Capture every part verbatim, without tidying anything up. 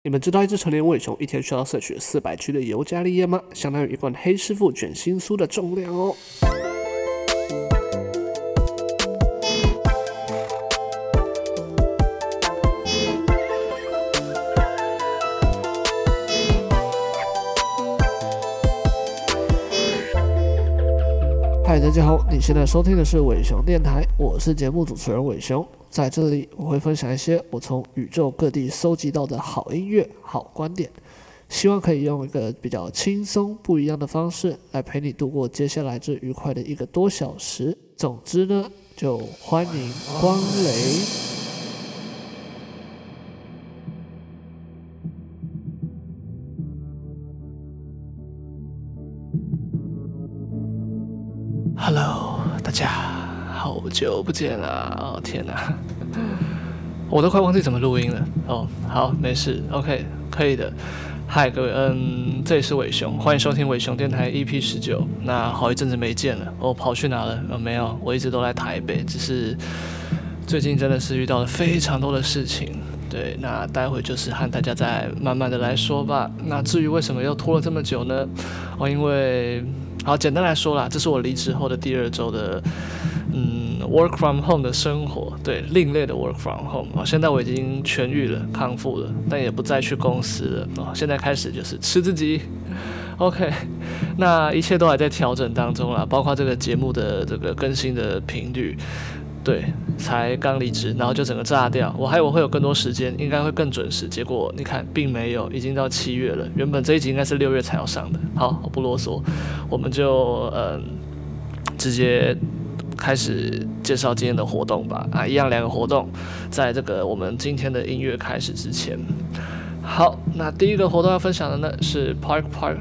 你们知道一只成年尾熊一天需要摄取四百 G 的尤加利叶吗？相当于一罐黑师傅卷心酥的重量哦。嗨，大家好，你现在收听的是伟熊电台，我是节目主持人伟熊。在这里我会分享一些我从宇宙各地搜集到的好音乐、好观点，希望可以用一个比较轻松不一样的方式来陪你度过接下来这愉快的一个多小时。总之呢，就欢迎光临。Hello， 大家好久不见啦！哦天哪，我都快忘记怎么录音了。哦，好，没事 ，OK， 可以的。嗨，各位，嗯，这里是伟雄，欢迎收听伟雄电台 E P 十九。那好一阵子没见了，我、哦、跑去哪了？呃、哦，没有，我一直都在台北，只是最近真的是遇到了非常多的事情。对，那待会就是和大家再慢慢的来说吧。那至于为什么又拖了这么久呢？哦，因为。好，简单来说啦，这是我离职后的第二周的，嗯 ，work from home 的生活，对，另类的 work from home。哦，现在我已经痊愈了，康复了，但也不再去公司了。哦，现在开始就是吃自己。OK， 那一切都还在调整当中啦，包括这个节目的这个更新的频率。对，才刚离职，然后就整个炸掉。我还以为会有更多时间，应该会更准时，结果你看，并没有，已经到七月了。原本这一集应该是六月才要上的。好，我不啰嗦，我们就嗯，直接开始介绍今天的活动吧。啊，一样两个活动，在这个我们今天的音乐开始之前。好，那第一个活动要分享的呢是 Park Park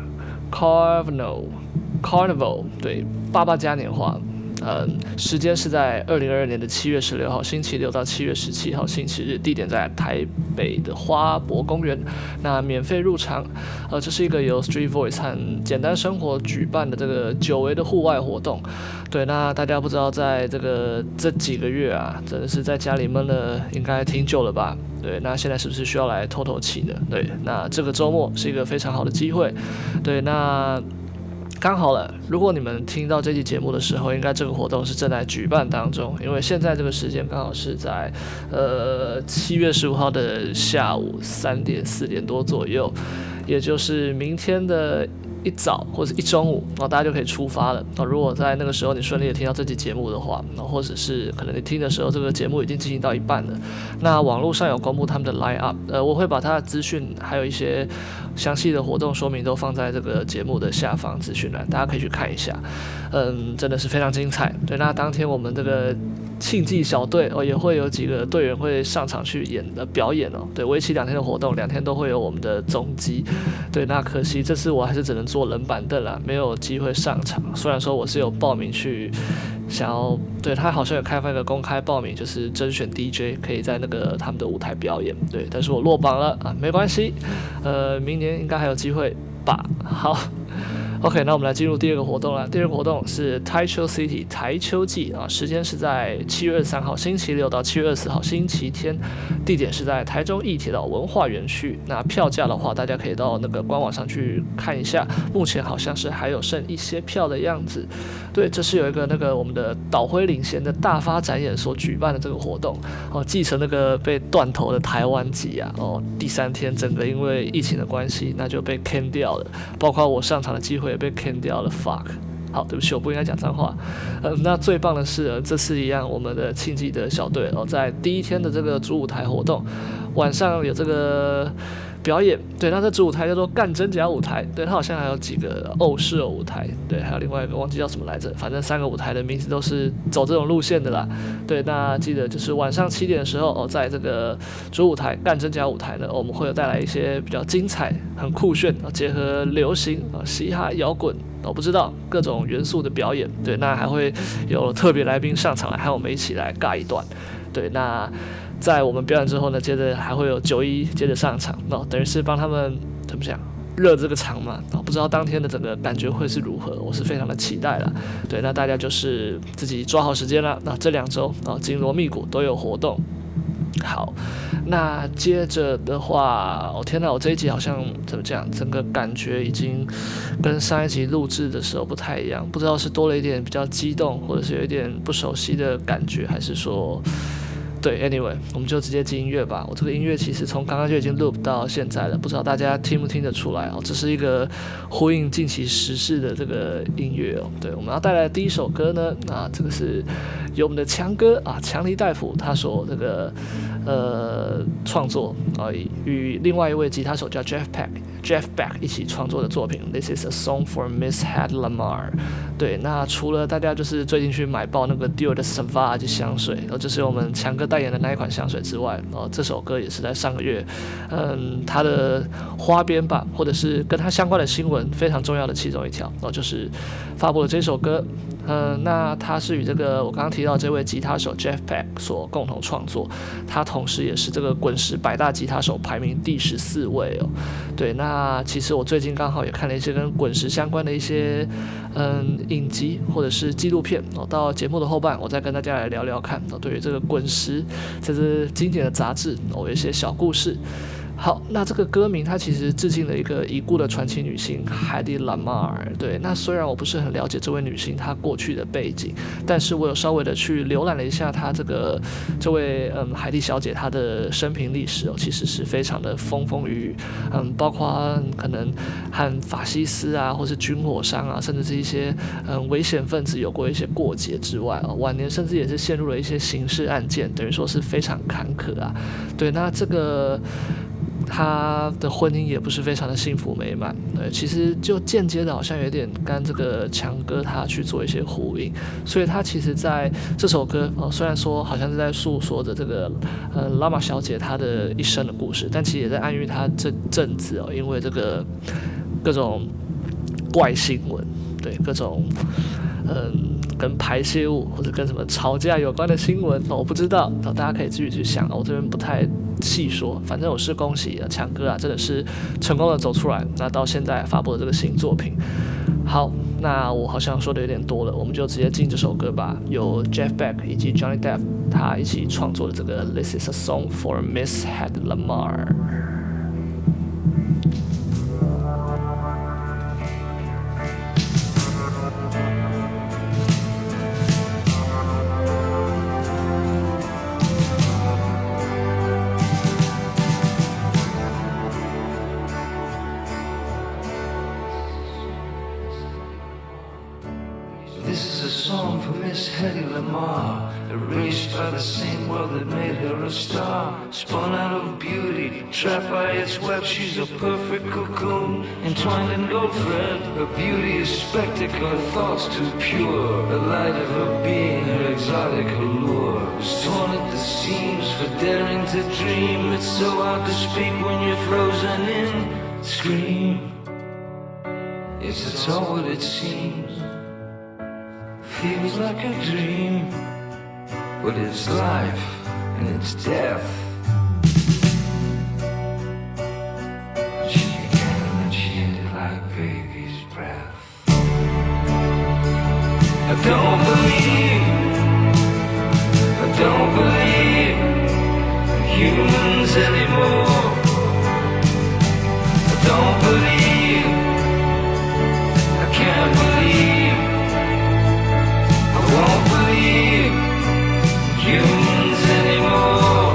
Carnival Carnival， 对，八八嘉年华。嗯，时间是在二零二二年的七月十六号星期六到七月十七号星期日，地点在台北的花博公园。那免费入场。呃，这是一个由 Street Voice 和简单生活举办的这个久违的户外活动。对，那大家不知道在这个这几个月啊，真的是在家里闷了，应该挺久了吧？对，那现在是不是需要来透透气呢？对，那这个周末是一个非常好的机会。对，那。刚好了，如果你们听到这期节目的时候，应该这个活动是正在举办当中，因为现在这个时间刚好是在呃七月十五号的下午三点四点多左右，也就是明天的一早或者一中午，然后大家就可以出发了。如果在那个时候你顺利的听到这期节目的话，或者是可能你听的时候这个节目已经进行到一半了，那网络上有公布他们的 line up， 呃，我会把它的资讯还有一些详细的活动说明都放在这个节目的下方资讯栏，大家可以去看一下。嗯，真的是非常精彩。对，那当天我们这个庆忌小队哦，也会有几个队员会上场去演的表演哦。对，为期两天的活动，两天都会有我们的总机。对，那可惜这次我还是只能坐冷板凳啦，没有机会上场。虽然说我是有报名去，想要对他好像有开放一个公开报名，就是甄选 D J 可以在那个他们的舞台表演。对，但是我落榜了啊，没关系，呃，明年应该还有机会吧。好。OK， 那我们来进入第二个活动了。第二个活动是 Taicho City 台秋季啊，时间是在七月二十三号星期六到七月二十四号星期天，地点是在台中义铁道文化园区。那票价的话，大家可以到那个官网上去看一下，目前好像是还有剩一些票的样子。对，这是有一个那个我们的岛辉领衔的大发展演所举办的这个活动哦，继承那个被断头的台湾季啊哦，第三天整个因为疫情的关系，那就被 can 掉了，包括我上场的机会。也被 can 掉了 fuck， 好，对不起，我不应该讲脏话。嗯，那最棒的是，这次一样，我们的庆忌的小队哦，在第一天的这个主舞台活动，晚上有这个表演。对，那这主舞台叫做干真假舞台，对，它好像还有几个欧式舞台，对，还有另外一个忘记叫什么来着，反正三个舞台的名字都是走这种路线的啦。对，那记得就是晚上七点的时候哦，在这个主舞台干真假舞台呢，我们会有带来一些比较精彩、很酷炫，结合流行啊、嘻哈、摇滚。我不知道各种元素的表演。对，那还会有特别来宾上场来和我们一起来尬一段。对，那在我们表演之后呢，接着还会有九一接着上场，那等于是帮他们怎么讲热这个场嘛，不知道当天的整个感觉会是如何，我是非常的期待啦。对，那大家就是自己抓好时间啦。那这两周啊，紧锣密鼓都有活动。 好，那接着的话，我、哦、天哪，我这一集好像怎么讲，整个感觉已经跟上一集录制的时候不太一样，不知道是多了一点比较激动，或者是有一点不熟悉的感觉，还是说。对 ，anyway， 我们就直接进音乐吧。我这个音乐其实从刚刚就已经 loop 到现在了，不知道大家听不听得出来哦。这是一个呼应近期时事的这个音乐哦。对，我们要带来的第一首歌呢，啊，这个是由我们的强哥啊，强尼戴普他所这个呃创作啊，与另外一位吉他手叫 Jeff Beck。Jeff Beck 一起创作的作品 ，This is a song for Miss Hedy Lamarr。对，那除了大家就是最近去买爆那个 Dior 的 Sauvage 香水，然后就是我们强哥代言的那一款香水之外，然后这首歌也是在上个月，嗯，他的花边吧，或者是跟他相关的新闻非常重要的其中一条，然后就是发布了这首歌。嗯，那他是与这个我刚刚提到这位吉他手 Jeff Beck 所共同创作，他同时也是这个滚石百大吉他手排名第十四位哦。对，那其实我最近刚好也看了一些跟滚石相关的一些嗯影集或者是纪录片哦。到节目的后半，我再跟大家来聊聊看哦，对于这个滚石这支经典的杂志哦，有一些小故事。好，那这个歌名它其实致敬了一个已故的传奇女星海蒂·拉马尔。对，那虽然我不是很了解这位女星她过去的背景，但是我有稍微的去浏览了一下她这个这位嗯海蒂小姐她的生平历史哦，其实是非常的风风雨雨，嗯，包括可能和法西斯啊，或是军火商啊，甚至是一些嗯危险分子有过一些过节之外哦，晚年甚至也是陷入了一些刑事案件，等于说是非常坎坷啊。对，那这个。他的婚姻也不是非常的幸福美满，对，其实就间接的好像有点跟这个强哥他去做一些呼应，所以他其实在这首歌哦，虽然说好像是在诉说着这个呃拉玛小姐她的一生的故事，但其实也在暗喻她这阵子哦，因为这个各种怪新闻，对，各种嗯。跟排泄物或者跟什么吵架有关的新闻、哦、我不知道、哦、大家可以自己去想、哦、我这边不太细说，反正我是恭喜强哥啊，真的是成功的走出来，那到现在发布了这个新作品。好，那我好像说的有点多了，我们就直接进这首歌吧，由 Jeff Beck 以及 Johnny Depp 他一起创作的这个 This is a song for Miss Hedy Lamar。This is a song for Miss Hedy Lamarr, erased by the same world that made her a star. Spun out of beauty, trapped by its web, she's a perfect cocoon, entwined in gold thread. Her beauty is spectacle, her thoughts too pure. The light of her being, her exotic allure, is torn at the seams for daring to dream. It's so hard to speak when you're frozen in. Scream, yes, it's all what it seems. Feels like a dream, but it's life and it's death. She began and she ended like baby's breath. I don't believe, I don't believe in humans anymore. I don't believe, I can't believe.Won't believe humans anymore.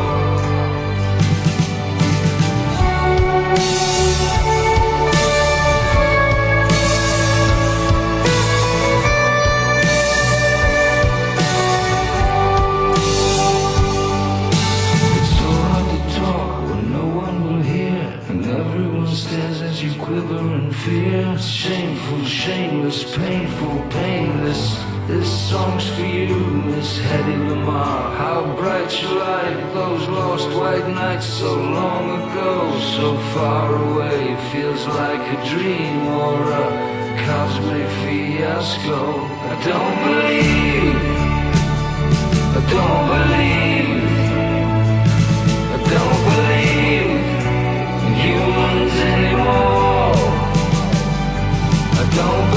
It's so hard to talk when no one will hear, and everyone stares as you quiver in fear. It's shameful, shameless, painful, painless.This song's for you, Miss Hedy Lamarr. How bright your light, those lost white nights so long ago, so far away, feels like a dream or a cosmic fiasco. I don't believe, I don't believe, I don't believe in humans anymore. I don't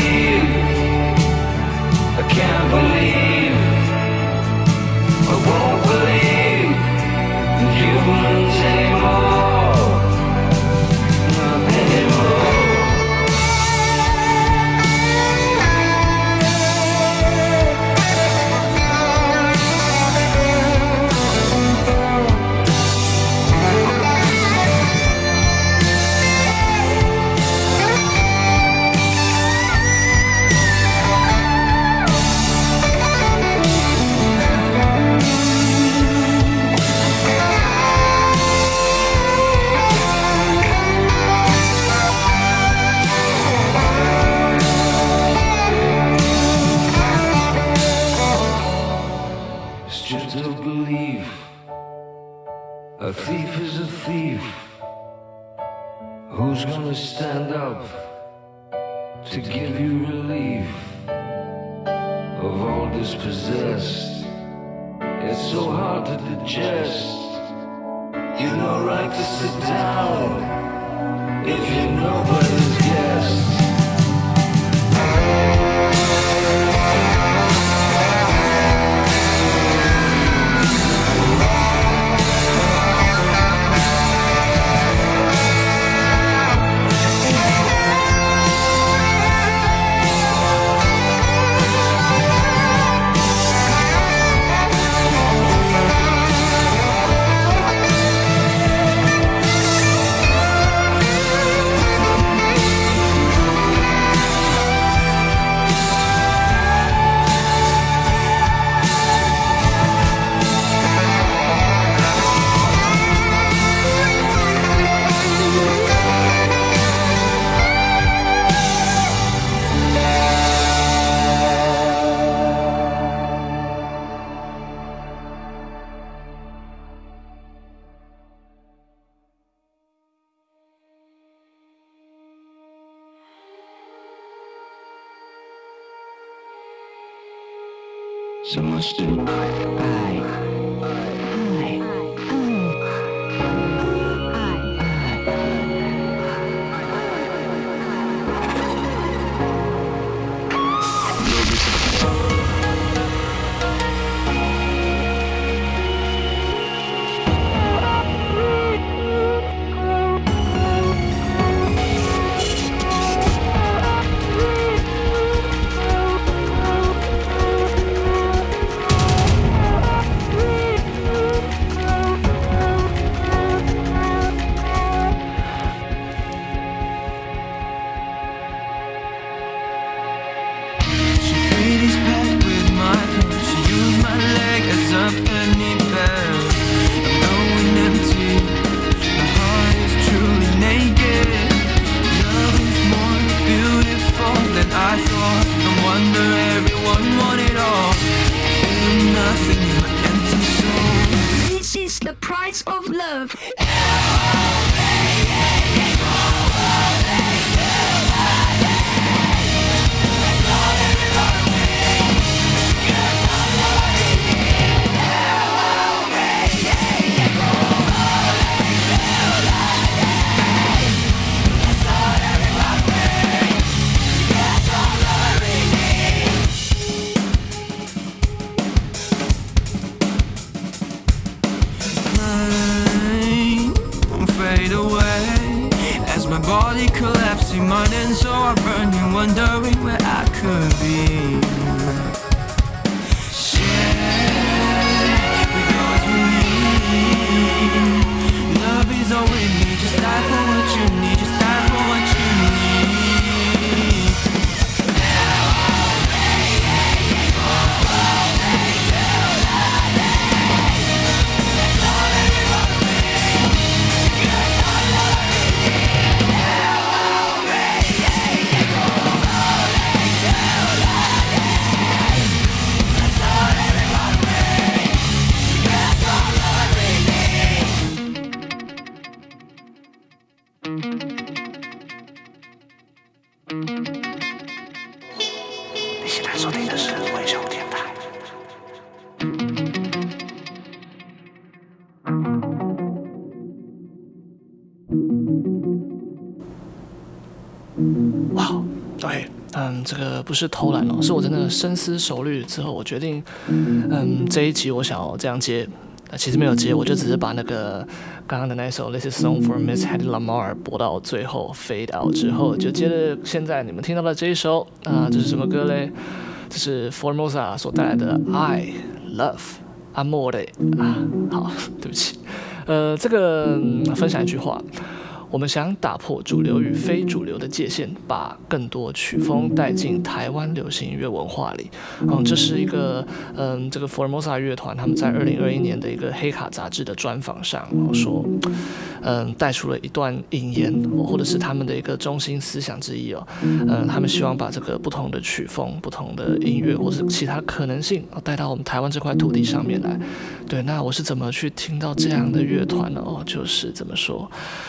believe,I can't believe, I won't believe Who's gonna stand up to give you relief of all dispossessed? It's so hard to digest. You've no right to sit down if you're nobody's guest. Someone sing. I, I, I, The price of love. Fade away as my body collapsing, mind and soul are burning, wondering where I could be. Share because we need. Love is all we need. Just die for what you need. Just die for what you need. 你现在收听的是微笑电台。哇 ，OK， 嗯，这个不是偷懒哦，是我真的深思熟虑之后，我决定，嗯，这一集我想要这样接。其实没有接，我就只是把那个刚刚的那首《This Is Song for Miss Hedy Lamarr》播到最后 fade out 之后，就接着现在你们听到的这一首啊、呃，这是什么歌嘞？这是 Formosa 所带来的《I Love Amore》啊。好，对不起，呃，这个、嗯、分享一句话。我们想打破主流与非主流的界限，把更多曲风带进台湾流行音乐文化里。嗯，这是一个嗯，这个 Formosa 乐团他们在二零二一年的一个黑卡杂志的专访上说，嗯，带出了一段引言，或者是他们的一个中心思想之一哦。嗯，他们希望把这个不同的曲风、不同的音乐，或是其他可能性带到我们台湾这块土地上面来。对，那我是怎么去听到这样的乐团呢？哦，就是怎么说？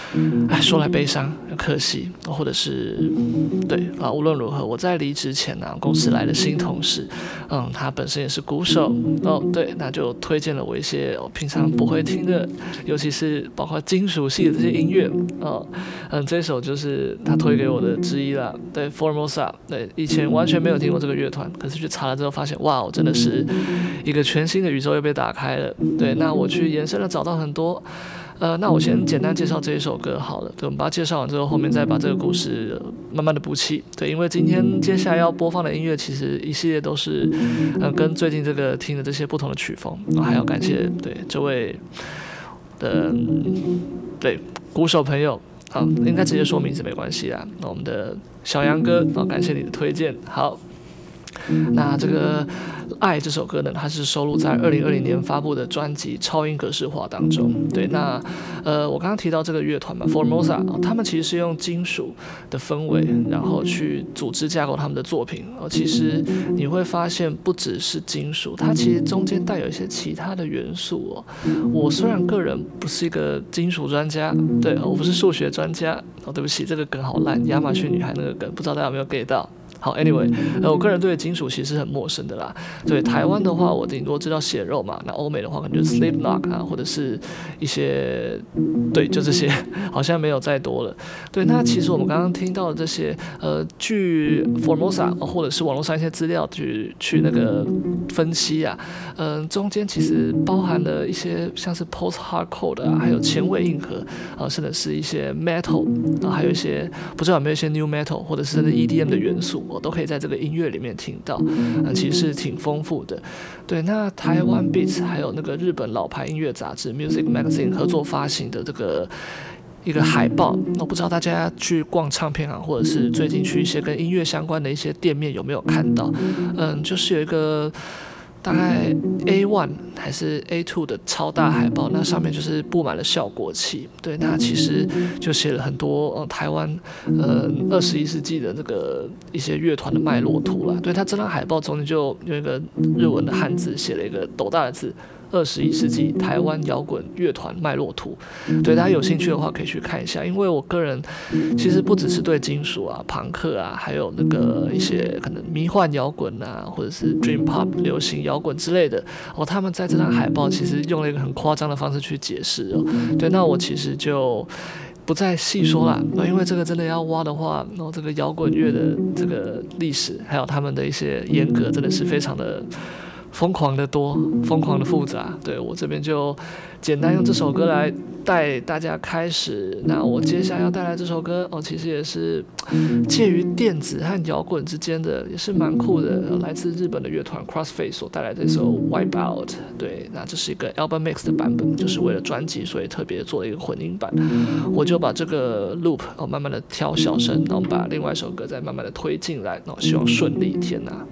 哎，说来悲伤，可惜，或者是对啊，无论如何，我在离职前呢、啊，公司来的新同事，嗯，他本身也是鼓手哦，对，那就推荐了我一些我、哦、平常不会听的，尤其是包括金属系的这些音乐哦，嗯，这首就是他推给我的之一啦，对 ，Formosa， 对，以前完全没有听过这个乐团，可是去查了之后发现，哇，真的是一个全新的宇宙又被打开了，对，那我去延伸了找到很多。呃，那我先简单介绍这一首歌好了，对，我们把它介绍完之后，后面再把这个故事慢慢的补齐。对，因为今天接下来要播放的音乐，其实一系列都是，呃，跟最近这个听的这些不同的曲风，然后还要感谢对这位的对鼓手朋友，好，应该直接说名字没关系啦。那我们的小杨哥，好，感谢你的推荐，好。那这个《爱》这首歌呢，它是收录在二零二零年发布的专辑《超音格式化》当中。对，那呃，我刚刚提到这个乐团嘛 ，Formosa，、哦、他们其实是用金属的氛围，然后去组织架构他们的作品。哦，其实你会发现，不只是金属，它其实中间带有一些其他的元素哦。我虽然个人不是一个金属专家，对，我不是数学专家。哦，对不起，这个梗好烂，亚马逊女孩那个梗，不知道大家有没有 get 到？好 ，anyway， 呃，我个人对金属其实很陌生的啦。对台湾的话，我顶多知道血肉嘛。那欧美的话，可能就是 Slipknot 啊，或者是一些，对，就这些，好像没有再多了。对，那其实我们刚刚听到的这些，呃，据 Formosa、呃、或者是网络上一些资料去去那个分析啊，嗯、呃，中间其实包含了一些像是 Post Hardcore 的、啊，还有前卫硬核，啊、呃，甚至是一些 Metal， 啊、呃，还有一些不知道有没有一些 New Metal 或者是甚至 E D M 的元素。我都可以在这个音乐里面听到，嗯，其实是挺丰富的。对，那台湾 Beats 还有那个日本老牌音乐杂志 Music Magazine 合作发行的这个一个海报，我不知道大家去逛唱片行，或者是最近去一些跟音乐相关的一些店面有没有看到？嗯，就是有一个。大概 A 一 还是 A 二 的超大海报，那上面就是布满了效果器。对，那其实就写了很多呃台湾呃二十一世纪的这个一些乐团的脉络图啦。对，它这张海报中间就有一个日文的汉字，写了一个斗大的字。二十一世纪台湾摇滚乐团脉络图，对大家有兴趣的话可以去看一下。因为我个人其实不只是对金属啊、朋克啊，还有那个一些可能迷幻摇滚啊，或者是 Dream Pop 流行摇滚之类的哦，他们在这张海报其实用了一个很夸张的方式去解释哦。对，那我其实就不再细说啦，因为这个真的要挖的话，然后这个摇滚乐的这个历史，还有他们的一些严格，真的是非常的。疯狂的多，疯狂的复杂。对，我这边就简单用这首歌来带大家开始。那我接下来要带来这首歌哦，其实也是介于电子和摇滚之间的，也是蛮酷的。来自日本的乐团 Crossfade 所带来这首 Wipeout。对，那这是一个 album mix 的版本，就是为了专辑，所以特别做了一个混音版。我就把这个 loop 哦慢慢的调小声，然后把另外一首歌再慢慢的推进来，然后希望顺利。天哪！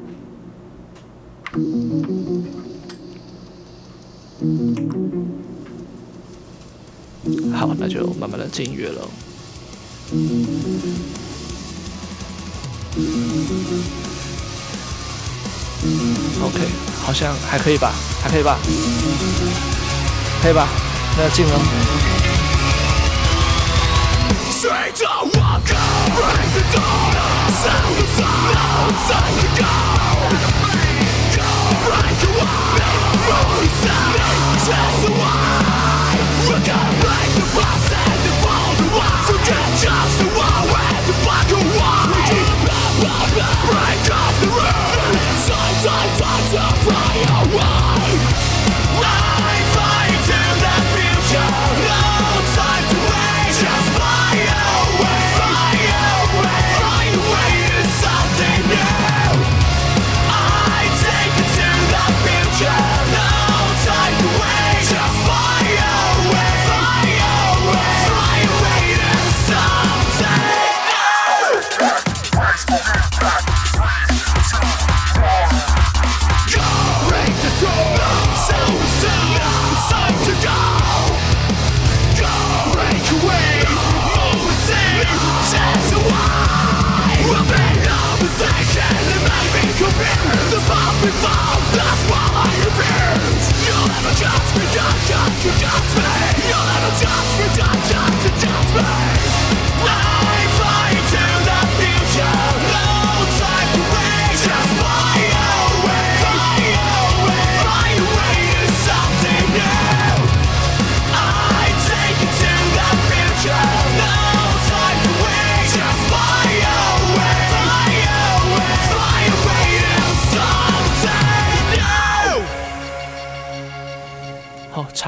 好，那就慢慢的进乐了。OK， 好像还可以吧，还可以吧，可以吧，那进了。随着我歌 break the dawn， sound the sound outside the go。Break the wall, move sound, tell the why. We're gonna break the box and the fall the wall. Forget just the wall and the black and white. Break off the roof. Time, time, time to fly away. I fly into the future. No time to wait. Just fly away, fly away, fly away to something new.I take it to the future. No time to wait. Just fly away, fly away, fly away to the sun.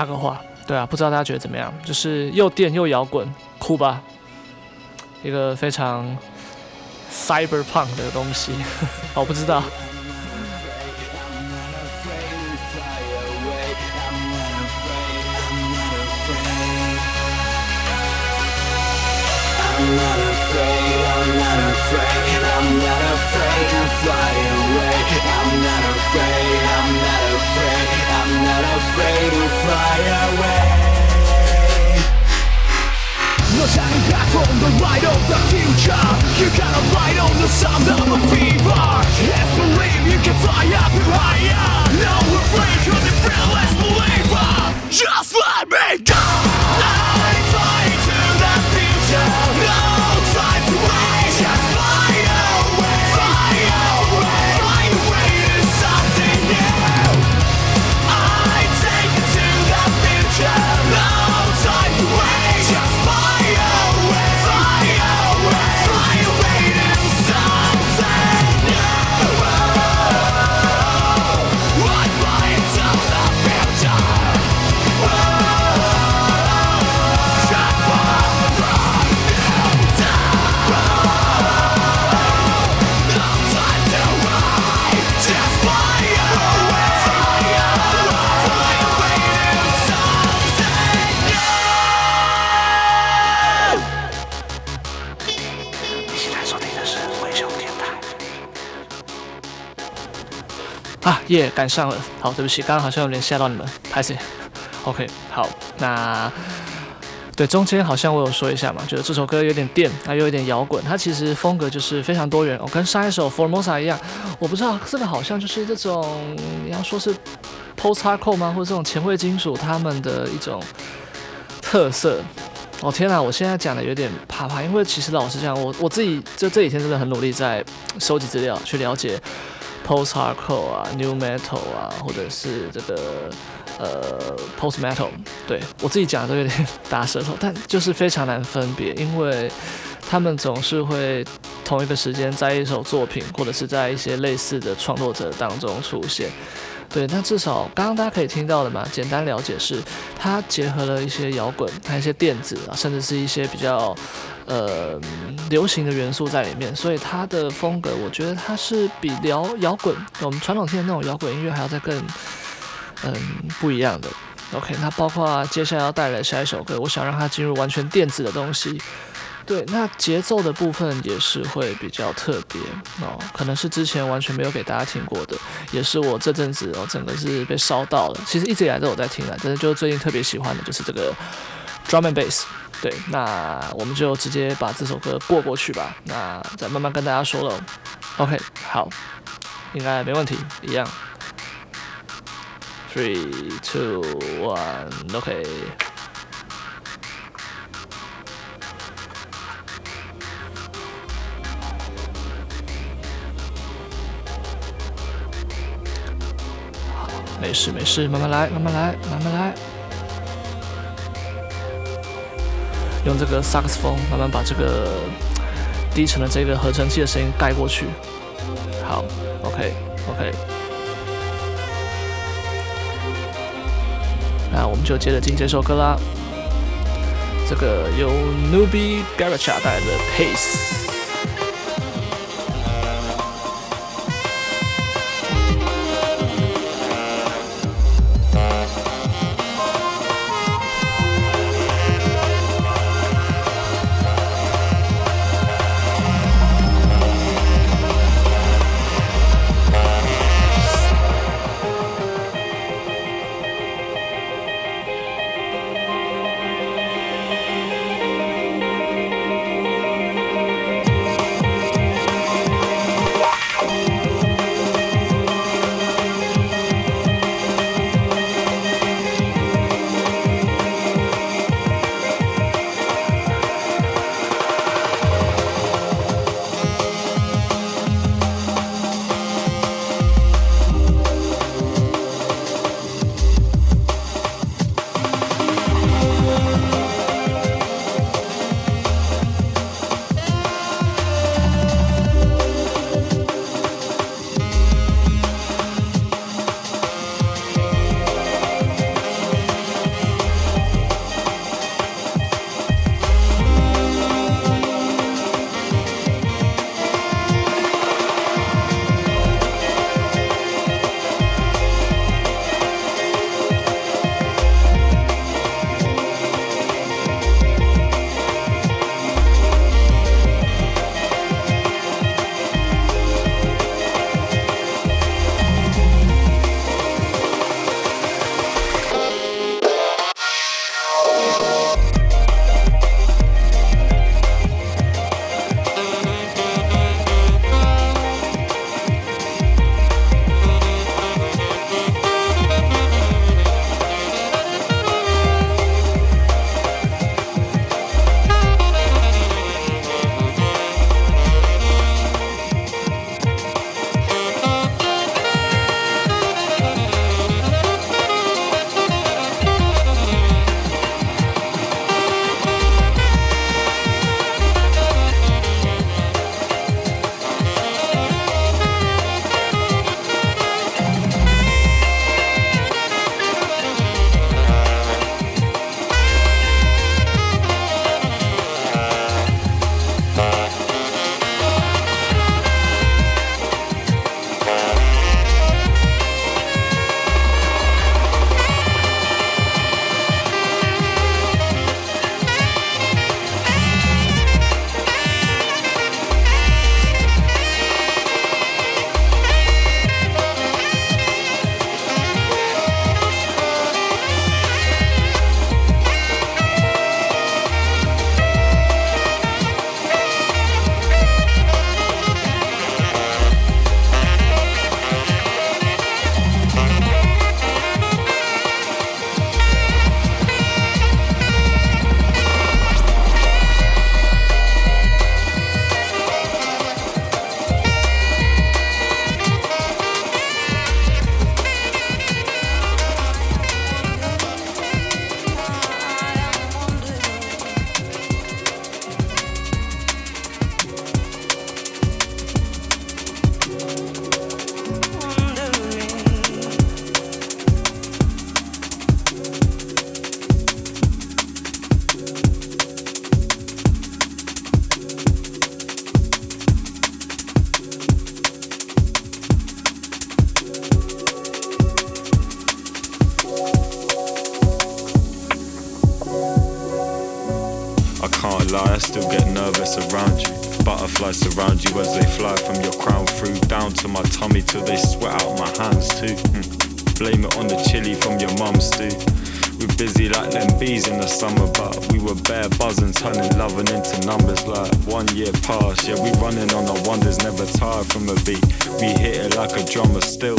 插个话，对啊，不知道大家觉得怎么样？就是又电又摇滚，酷吧？一个非常 cyberpunk 的东西，我不知道。 I'm not afraid, I'm not afraid, I'm not afraid to fly away. I'm not afraid, I'm not afraid, I'm not afraid to fly away. No turning back from the light of the future. You gotta ride on the sound of a fever. And believe you can fly up and higher. No afraid, cause you're fearless believer. Just let me go. I fly to the future. No time to wait. Just fly away, fly away, fly away to something new. I take you to the future. No time to wait. Just fly away, fly away, fly away to something new. I fly into the future. Just fly from future. No time to wait. Just fly away, fly away, fly away to something new. 现在收听的是灰熊电台。啊，耶、yeah, 赶上了。好，对不起，刚刚好像有点吓到你们，拍谁 ？OK， 好，那对中间好像我有说一下嘛，就是这首歌有点电，啊又有点摇滚，它其实风格就是非常多元。我、哦、跟上一首 Formosa 一样，我不知道这个好像就是这种你要说是 post hardcore 吗，或者这种前卫金属他们的一种特色。哦天哪，我现在讲的有点怕怕，因为其实老实讲，我我自己就这几天真的很努力在收集资料，去了解 post hardcore 啊、new metal 啊，或者是这个呃 post metal。对我自己讲的都有点打舌头，但就是非常难分别，因为他们总是会同一个时间在一首作品，或者是在一些类似的创作者当中出现。对，那至少刚刚大家可以听到的嘛，简单了解是它结合了一些摇滚，还有一些电子啊，甚至是一些比较呃流行的元素在里面，所以它的风格，我觉得它是比摇摇滚我们传统听的那种摇滚音乐还要再更嗯不一样的。OK， 那包括接下来要带来下一首歌，我想让它进入完全电子的东西。对，那节奏的部分也是会比较特别哦，可能是之前完全没有给大家听过的，也是我这阵子哦整个是被烧到了。其实一直以来都有在听了，但是就最近特别喜欢的就是这个 drum and bass。对，那我们就直接把这首歌过过去吧，那再慢慢跟大家说了。OK， 好，应该没问题，一样。Three, two, one, OK。没事没事，慢慢来，慢慢来，慢慢来。用这个萨克斯风慢慢把这个低沉的这个合成器的声音盖过去。好 ，OK OK。那我们就接着进这首歌啦。这个由 Nubi Garacha 带来的 Pace。 nervous around you. Butterflies surround you as they fly from your crown through down to my tummy till they sweat out my hands too. Mm. Blame it on the chili from your mum's stew. We're busy like them bees in the summer, but we were bare buzzing, turning loving into numbers like one year past. Yeah, we running on our wonders, never tired from a beat. We hit it like a drummer still.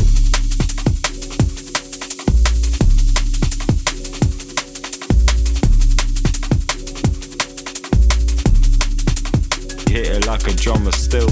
Hit it like a drummer still.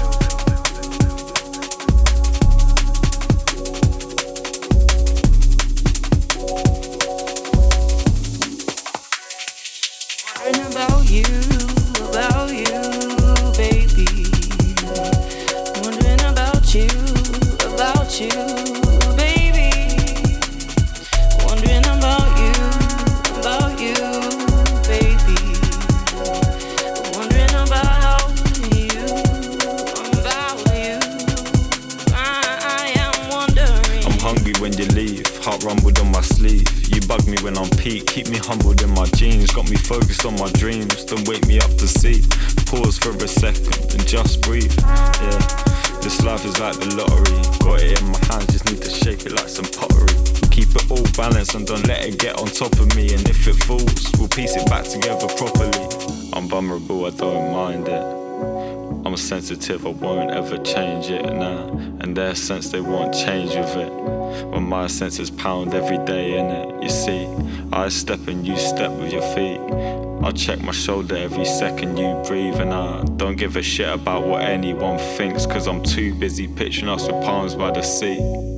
Keep me humbled in my jeans, got me focused on my dreams. Don't wake me up to see. Pause for a second and just breathe. Yeah, this life is like the lottery. Got it in my hands, just need to shake it like some pottery. Keep it all balanced and don't let it get on top of me. And if it falls, we'll piece it back together properly. I'm vulnerable, I don't mind it. I'm sensitive, I won't ever change it now. And their sense they won't change with it. But my senses pound every day innit. You see, I step and you step with your feet. I check my shoulder every second you breathe. And I don't give a shit about what anyone thinks, cause I'm too busy picturing us with palms by the sea.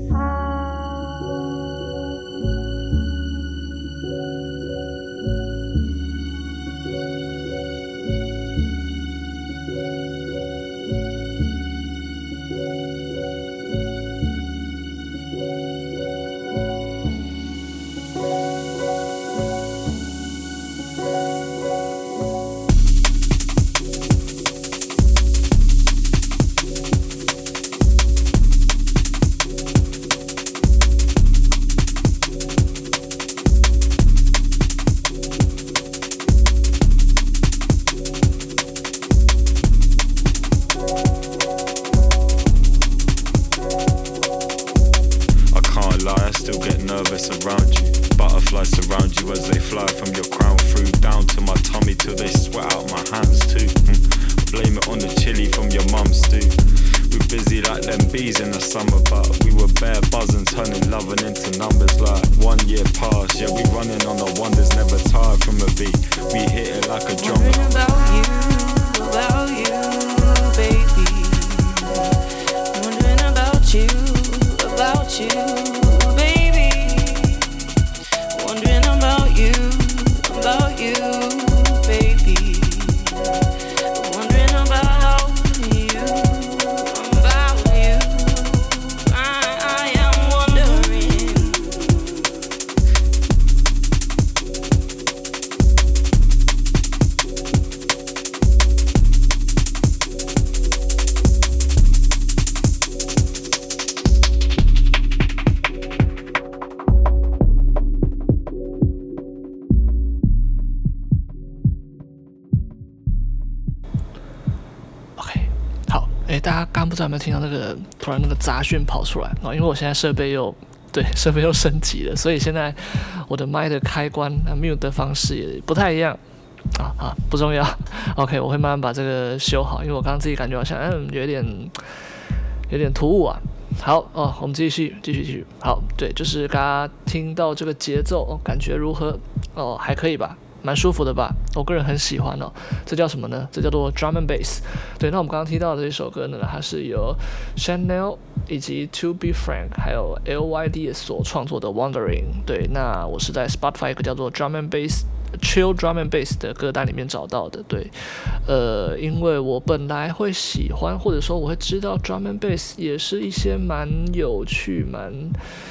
大家刚不知道有没有听到那个突然那个杂讯跑出来哦？因为我现在设备又对设备又升级了，所以现在我的麦的开关啊 mute 的方式也不太一样啊啊，不重要。OK， 我会慢慢把这个修好，因为我刚刚自己感觉好像嗯有点有点突兀啊。好哦，我们继续继续继续。好，对，就是大家听到这个节奏哦，感觉如何？哦，还可以吧。蛮舒服的吧，我个人很喜欢哦。这叫什么呢？这叫做 drum and bass。对，那我们刚刚提到的这首歌呢，它是由 Chanel 以及 To Be Frank 还有 L Y D 所创作的 Wandering。对，那我是在 Spotify 一个叫做 drum and bass。Chill Drum and Bass 的歌单里面找到的，对，呃，因为我本来会喜欢，或者说我会知道 Drum and Bass 也是一些蛮有趣、蛮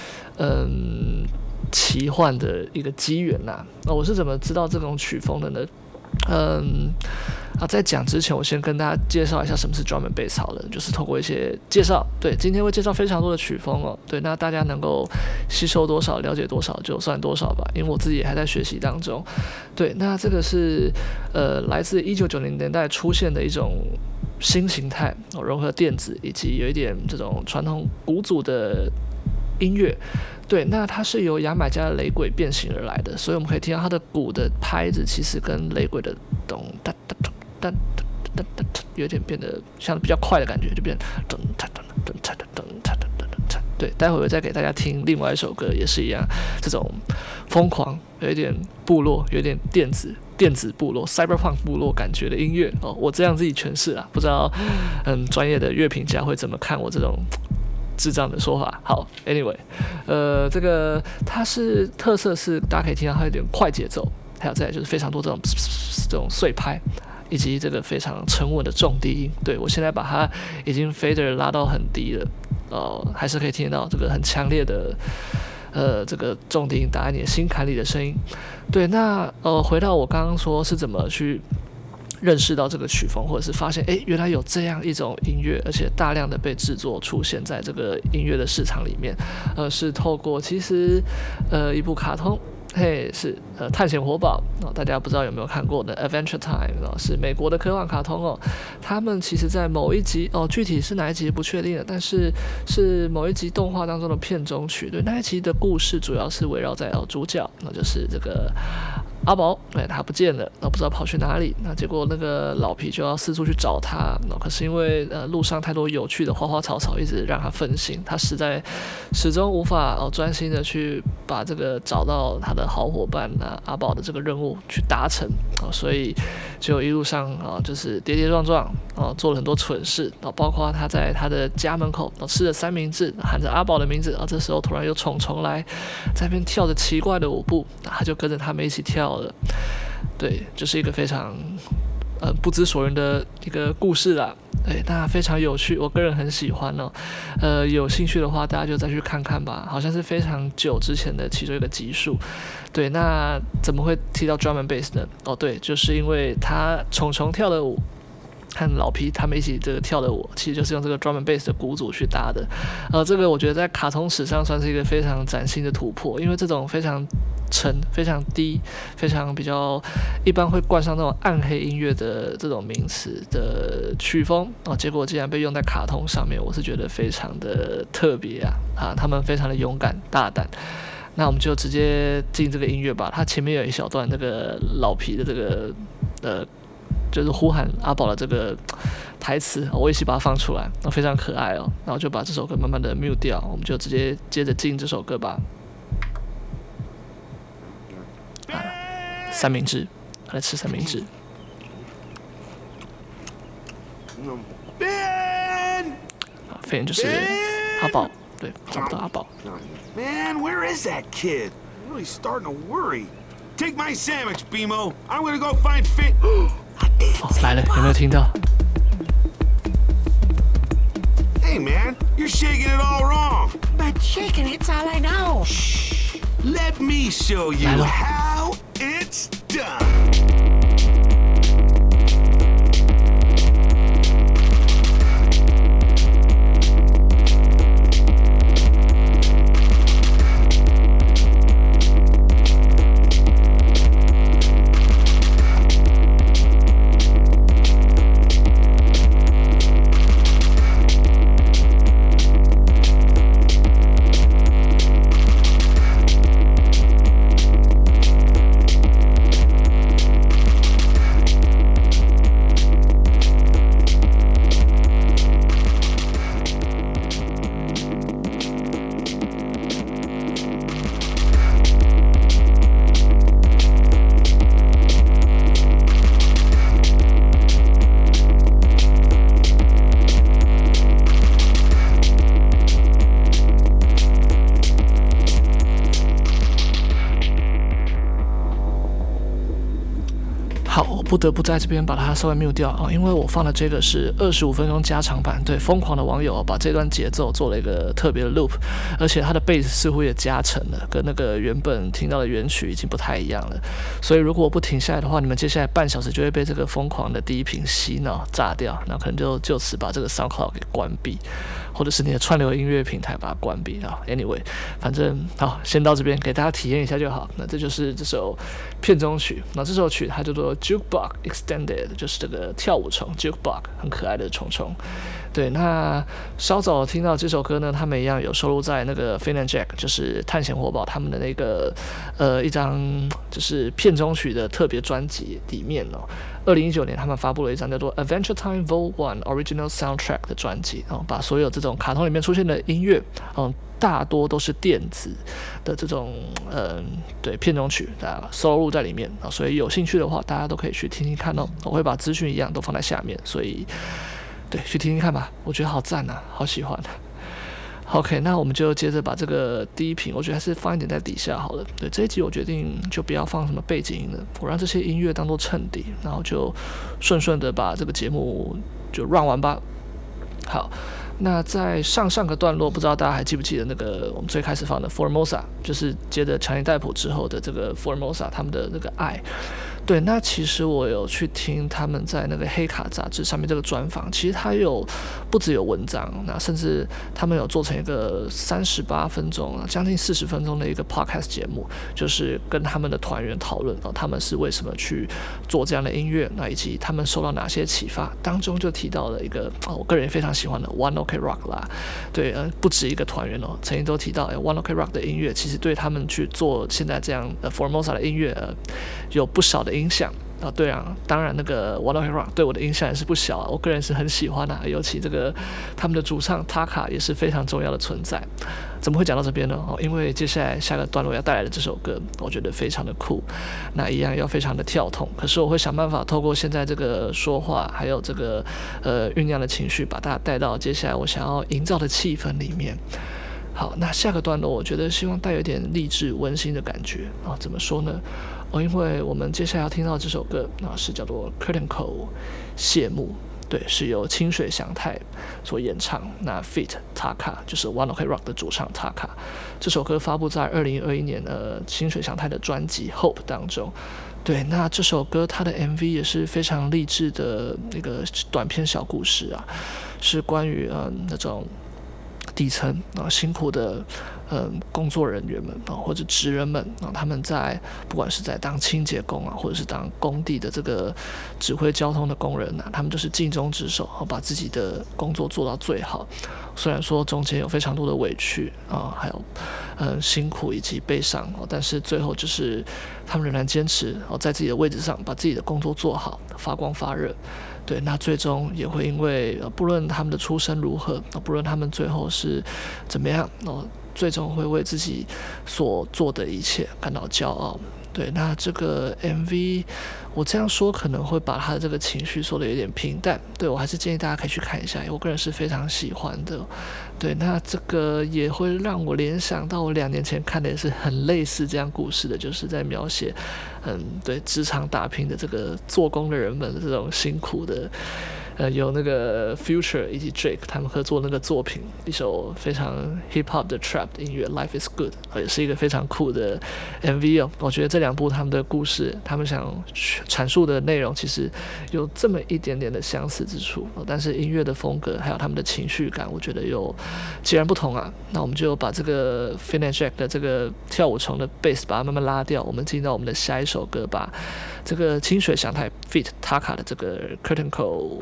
嗯奇幻的一个机缘呐。那我是怎么知道这种曲风的呢？ 嗯。啊，在讲之前，我先跟大家介绍一下什么是 drum and bass 好了，就是透过一些介绍，对，今天会介绍非常多的曲风哦，对，那大家能够吸收多少、了解多少就算多少吧，因为我自己也还在学习当中，对，那这个是呃来自一九九零年代出现的一种新形态，哦，融合电子以及有一点这种传统鼓组的音乐。对，那它是由牙买加的雷鬼变形而来的，所以我们可以听到它的鼓的拍子其实跟雷鬼的咚哒哒咚哒哒哒哒哒有点变得像比较快的感觉，就变咚哒咚咚哒咚哒咚哒咚。对，待会我再给大家听另外一首歌，也是一样，这种疯狂，有一点部落，有一点电子电子部落 cyberpunk 部落感觉的音乐哦，我这样自己诠释啊，不知道嗯专业的乐评家会怎么看我这种智障的说法。好 ，anyway， 呃，这个它是特色是大家可以听到它有点快节奏，还有再来就是非常多这种这种碎拍，以及这个非常沉稳的重低音。对，我现在把它已经 fader 拉到很低了，呃，还是可以听到这个很强烈的呃这个重低音打在你的心坎里的声音。对，那呃回到我刚刚说是怎么去认识到这个曲风，或者是发现，哎，原来有这样一种音乐，而且大量的被制作出现在这个音乐的市场里面，呃，是透过其实呃一部卡通，嘿，是呃探险活宝哦，大家不知道有没有看过的 Adventure Time 哦，是美国的科幻卡通哦。他们其实在某一集哦，具体是哪一集不确定的，但是是某一集动画当中的片中曲。对，那一集的故事主要是围绕在哦主角，那就是这个阿宝，哎，他不见了，那不知道跑去哪里。那结果那个老皮就要四处去找他，那可是因为呃路上太多有趣的花花草草，一直让他分心，他实在始终无法哦专心的去把这个找到他的好伙伴啊阿宝的这个任务去达成啊，所以就一路上啊就是跌跌撞撞啊，做了很多蠢事啊，包括他在他的家门口啊吃了三明治，喊着阿宝的名字啊，这时候突然有虫虫来，在那边跳着奇怪的舞步，啊，他就跟着他们一起跳。对，就是一个非常呃不知所云的一个故事啦。对，那非常有趣，我个人很喜欢哦。呃，有兴趣的话，大家就再去看看吧。好像是非常久之前的其中一个集数。对，那怎么会提到 drum and bass 呢？哦，对，就是因为他虫虫跳的舞和老皮他们一起这个跳的舞，其实就是用这个 drum and bass 的鼓组去搭的。呃，这个我觉得在卡通史上算是一个非常崭新的突破，因为这种非常沉、非常低、非常比较一般会冠上那种暗黑音乐的这种名词的曲风哦，结果竟然被用在卡通上面，我是觉得非常的特别啊！啊，他们非常的勇敢大胆。那我们就直接进这个音乐吧。它前面有一小段这个老皮的这个呃，就是呼喊阿宝的这个台词，我一起把它放出来，非常可爱哦。然后就把这首歌慢慢的 mute 掉，我们就直接接着进这首歌吧。啊，三明治，来吃三明治。啊，飞人就是阿宝，对，找不到阿宝。 Man, where is that kid? I'm really starting to worry. Take my sandwich, Bimo. I'm gonna go find Fit. 哦，来了，有没有听到 Hey, man, you're shaking it all wrong. But shaking it's all I know. Shh. Let me show you Lalo. how it's done. 不得不在这边把它稍微 mute 掉啊，因为我放的这个是二十五分钟加长版。对，疯狂的网友把这段节奏做了一个特别的 loop， 而且它的 bass 似乎也加成了，跟那个原本听到的原曲已经不太一样了。所以如果我不停下来的话，你们接下来半小时就会被这个疯狂的第一瓶洗脑炸掉，那可能就就此把这个 SoundCloud 给关闭，或者是你的串流音乐平台把它关闭啊。Anyway， 反正好，先到这边给大家体验一下就好。那这就是这首片中曲，那这首曲它叫做 Jukebox Extended， 就是这个跳舞虫 Jukebox， 很可爱的虫虫。对，那稍早听到这首歌呢，他们一样有收录在那个 Fin and Jack， 就是探险活宝他们的那个呃一张就是片中曲的特别专辑里面哦。二零一九年他们发布了一张叫做 Adventure Time Vol. One Original Soundtrack 的专辑，哦，把所有这种卡通里面出现的音乐，嗯，大多都是电子的这种嗯对片中曲，大家收录在里面啊，所以有兴趣的话，大家都可以去听听看哦。我会把资讯一样都放在下面，所以对，去听听看吧，我觉得好赞啊，好喜欢。OK， 那我们就接着把这个第一瓶，我觉得还是放一点在底下好了。对，这一集我决定就不要放什么背景音了，我让这些音乐当做衬底，然后就顺顺的把这个节目就 run 完吧。好，那在上上个段落，不知道大家还记不记得那个我们最开始放的 Formosa， 就是接着强尼戴普之后的这个 Formosa 他们的那个爱。对，那其实我有去听他们在那个黑卡杂志上面这个专访，其实他有不只有文章，那甚至他们有做成一个三十八分钟将近四十分钟的一个 podcast 节目，就是跟他们的团员讨论哦，他们是为什么去做这样的音乐，那以及他们受到哪些启发，当中就提到了一个哦，我个人也非常喜欢的 One OK Rock 啦，对，呃，不止一个团员哦，曾经都提到，哎 ，One OK Rock 的音乐其实对他们去做现在这样呃 Formosa 的音乐，呃，有不少的影响啊，对啊，当然那个 One Ok Rock 对我的影响也是不小啊，我个人是很喜欢啊，尤其这个他们的主唱 Taka 也是非常重要的存在。怎么会讲到这边呢？哦，因为接下来下个段落要带来的这首歌，我觉得非常的酷，那一样要非常的跳痛，可是我会想办法透过现在这个说话，还有这个呃酝酿的情绪，把大家带到接下来我想要营造的气氛里面。好，那下个段落我觉得希望带有一点励志温馨的感觉啊，怎么说呢？哦，因为我们接下来要听到这首歌啊，是叫做 Curtain Call 谢幕，对，是由清水翔太所演唱，那 feat. Taka 就是 One Ok Rock 的主唱 Taka。这首歌发布在二零二一年呃清水翔太的专辑 Hope 当中。对，那这首歌它的 M V 也是非常励志的那个短篇小故事啊，是关于呃那种底层啊辛苦的嗯工作人员们啊或者职人们啊，他们在不管是在当清洁工啊，或者是当工地的这个指挥交通的工人啊，他们就是尽忠职守，把自己的工作做到最好。虽然说中间有非常多的委屈啊，还有嗯辛苦以及悲伤，但是最后就是他们仍然坚持哦，在自己的位置上把自己的工作做好，发光发热。对，那最终也会因为呃，不论他们的出身如何，不论他们最后是怎么样，哦，最终会为自己所做的一切感到骄傲。对，那这个 M V 我这样说可能会把他的这个情绪说的有点平淡，对，我还是建议大家可以去看一下，我个人是非常喜欢的。对，那这个也会让我联想到我两年前看的也是很类似这样故事的，就是在描写嗯对职场打拼的这个做工的人们的这种辛苦的。呃，有那个 Future 以及 Drake 他们合作那个作品，一首非常 hip hop 的 trap 的音乐 Life is Good， 也是一个非常酷的 M V 哦。我觉得这两部他们的故事，他们想阐述的内容其实有这么一点点的相似之处，但是音乐的风格还有他们的情绪感，我觉得有截然不同啊。那我们就把这个 Fin and Jack 的这个跳舞虫的 bass 把它慢慢拉掉，我们进到我们的下一首歌，把这个清水翔太 feat. Taka 的这个 Curtain Call。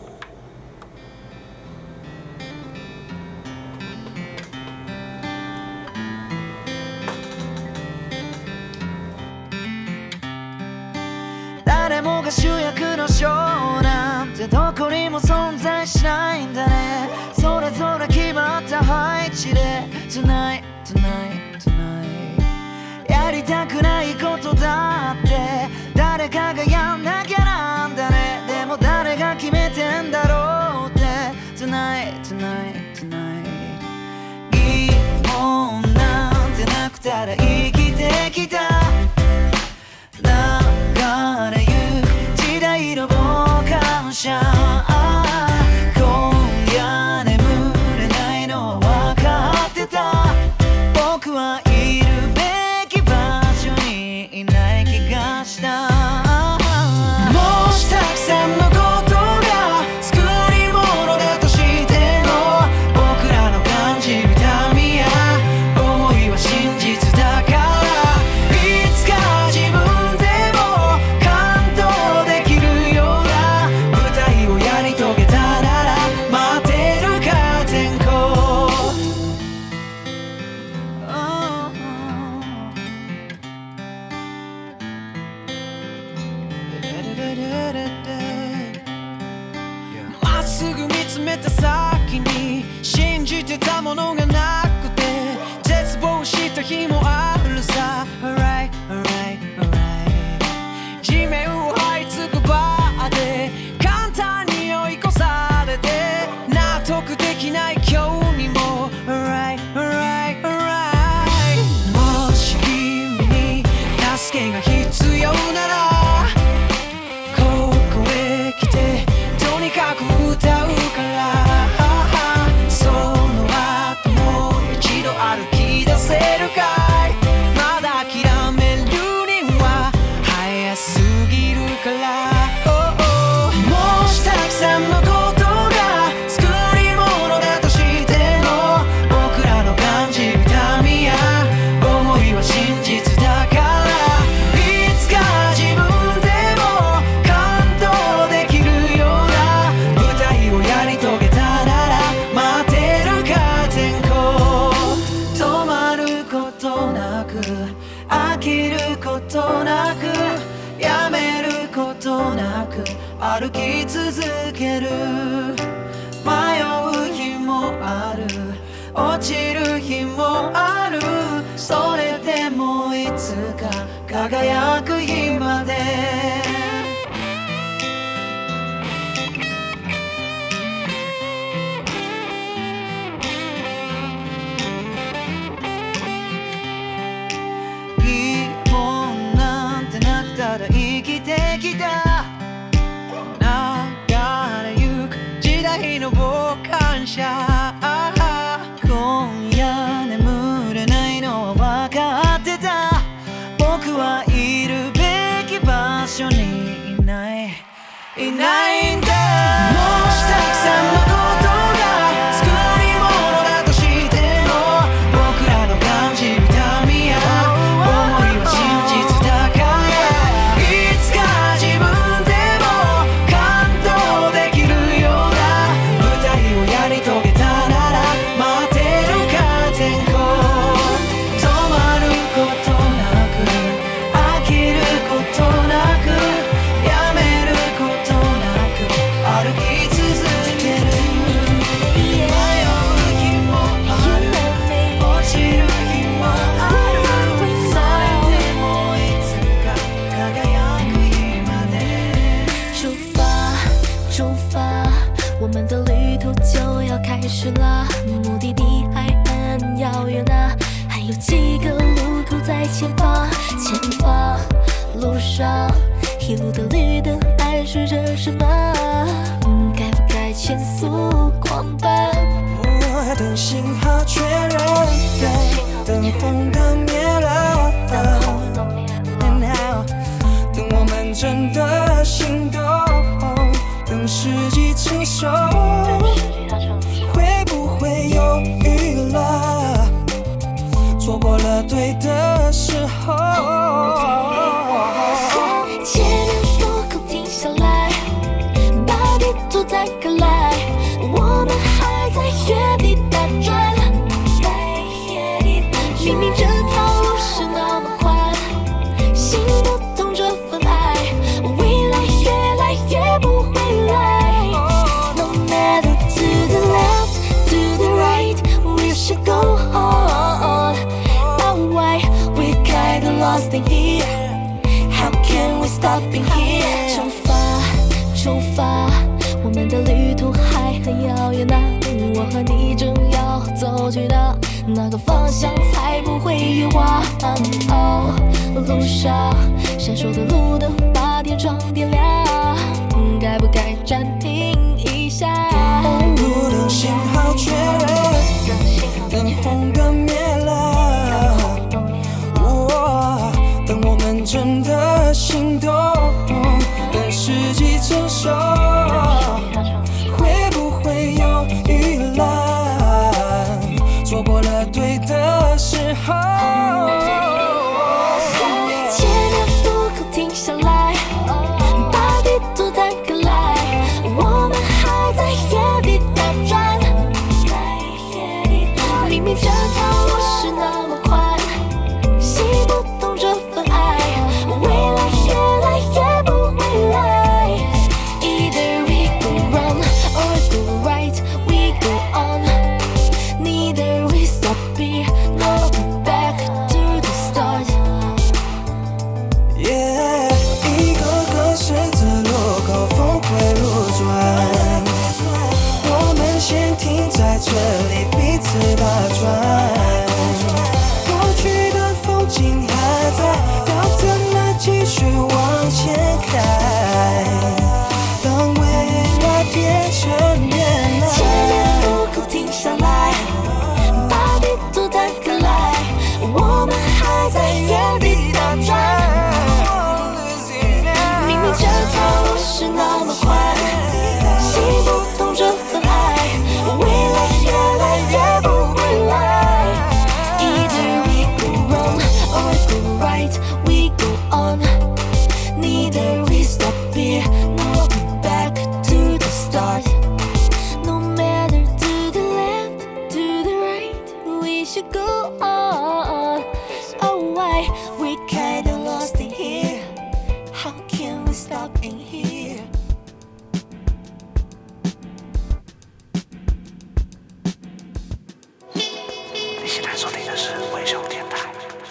誰もが主役のショーなんてどこにも存在しないんだね。それぞれ決まった配置で Tonight, tonight, tonight やりたくないことだって誰かがやんなきゃなんだね。でも誰が決めてんだろうって Tonight, tonight, tonight 疑問なんてなくただ生きてきた流れゆ時代めた先に信じてたものがなくて絶望した日もあるさ Alright, alright, alright 地面を這いつくバーで簡単に追い越されて納得できない今日にも Alright, alright, alright もし君に助けが必要ならここへ来てとにかく歌うからその後もう一度歩き出せるかいまだ諦めるには早すぎるからもしたくさんのことが作り物だとしても僕らの感じる痛みや思いは真実だからいつか自分でも感動できるような舞台をやり遂げたなら待ってるか天候止まることなく飽きることなくやめることなく歩き続ける迷う日もある落ちる日もあるそれでもいつか輝く日までいいもんなんてなくただ生きてきた流れゆく時代の傍観者今夜眠れないのは分かってた僕はいるべき場所にいないいないんだもしたくさんのことが作り物だとしても僕らの感じる痛みや思いは真実だからいつか自分でも感動できるような舞台をやり遂げたなら待ってるか天候止まることなく飽きることなくやめることなく歩き続ける迷う日もある落ちる日もあるそれでもいつか輝く日まで出发，出发，我们的旅途就要开始啦，目的地还很遥远啊，还有几个路口在前方，前方路上一路的绿灯暗示着什么？嗯该不该减速狂奔？ 我等信号确认，灯红灯灭了，然后等我们真的心动，等时机成熟，会不会犹豫了？错过了对的时候。 前面路口停下来，把地图打开来，我们还在原地打转，在原地打转。明明这条路是那么宽，心不懂这份爱，未来越来越不回来。No matter to the left, to the right, we should go on. But why we kinda lost in here? How can we stop in here? 出发，出发，我们的旅途还很遥远呢。我和你正要走去的那个方向，才不会冤枉。哦，路上闪烁的路灯把天窗点亮，该不该暂停一下？ 路灯信号确认，灯红灯灭了。等我们真的心动，等时机成熟，会不会犹豫了？错过了对的时候。 前面路口停下来，把地图打开来，我们还在。 这里彼此打转。过去的风景还在，要怎么继续往前开？当未来变成原来， 前面路口停下来，把地图摊开来，我们还在原地打转。明明这条路是那么宽，心不动这份爱，未来越来越不归来。Either we go wrong or go right, we go on. Neither we stop here, no back to the start. No matter to the left, to the right, we should go on. Oh, why we kinda lost in here? How can we stop in here? 你现在收听的是微秀电台。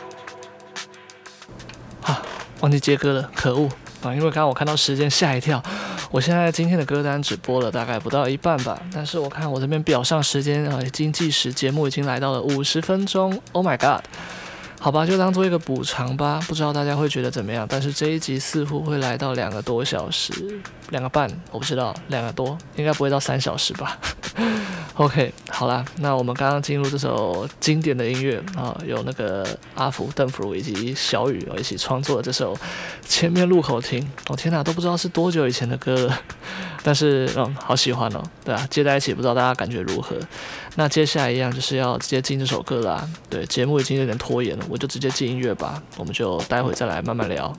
啊，忘记接歌了，可恶啊！因为刚刚我看到时间吓一跳，我现在今天的歌单只播了大概不到一半吧，但是我看我这边表上时间啊，已经计时，节目已经来到了五十分钟 ，Oh my god！ 好吧，就当做一个补偿吧，不知道大家会觉得怎么样？但是这一集似乎会来到两个多小时，两个半，我不知道，两个多，应该不会到三小时吧？OK， 好啦，那我们刚刚进入这首经典的音乐啊，有那个阿福、邓福如以及小雨一起创作的这首《前面路口停》，我、哦、天哪，都不知道是多久以前的歌了，但是嗯，好喜欢哦，对啊，接在一起，不知道大家感觉如何？那接下来一样就是要直接进这首歌啦，对，节目已经有点拖延了，我就直接进音乐吧，我们就待会再来慢慢聊。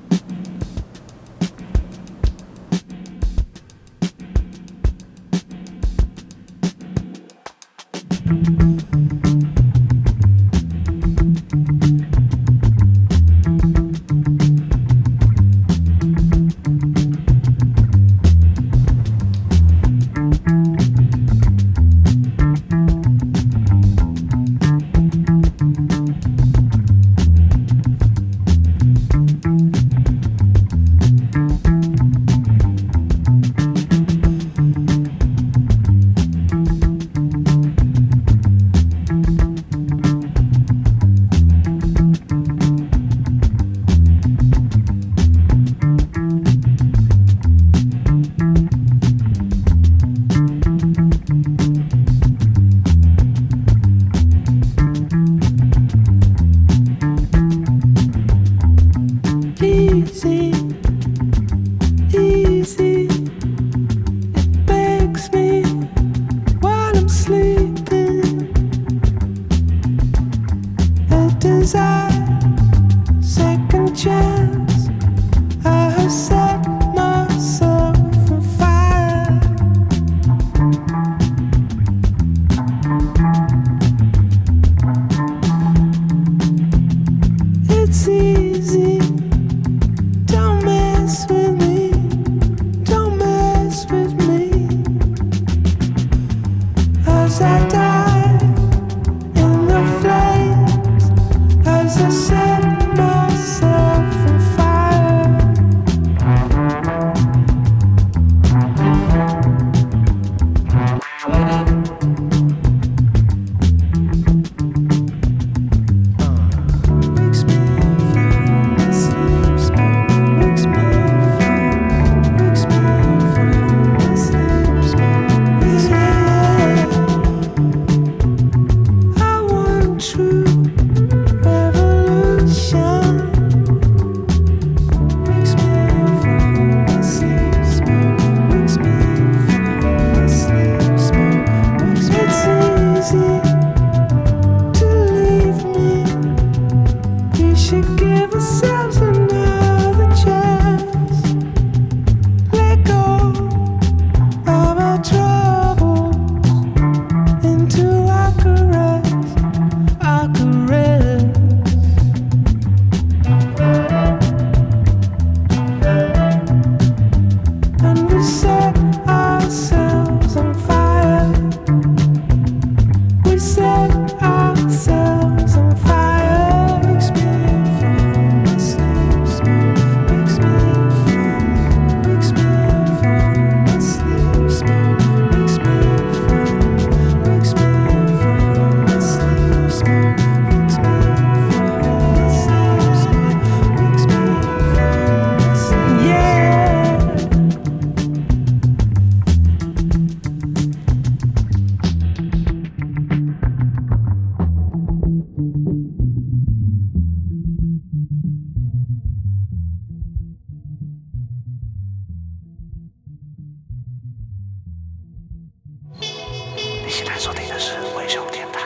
现在收听的是微熊电台。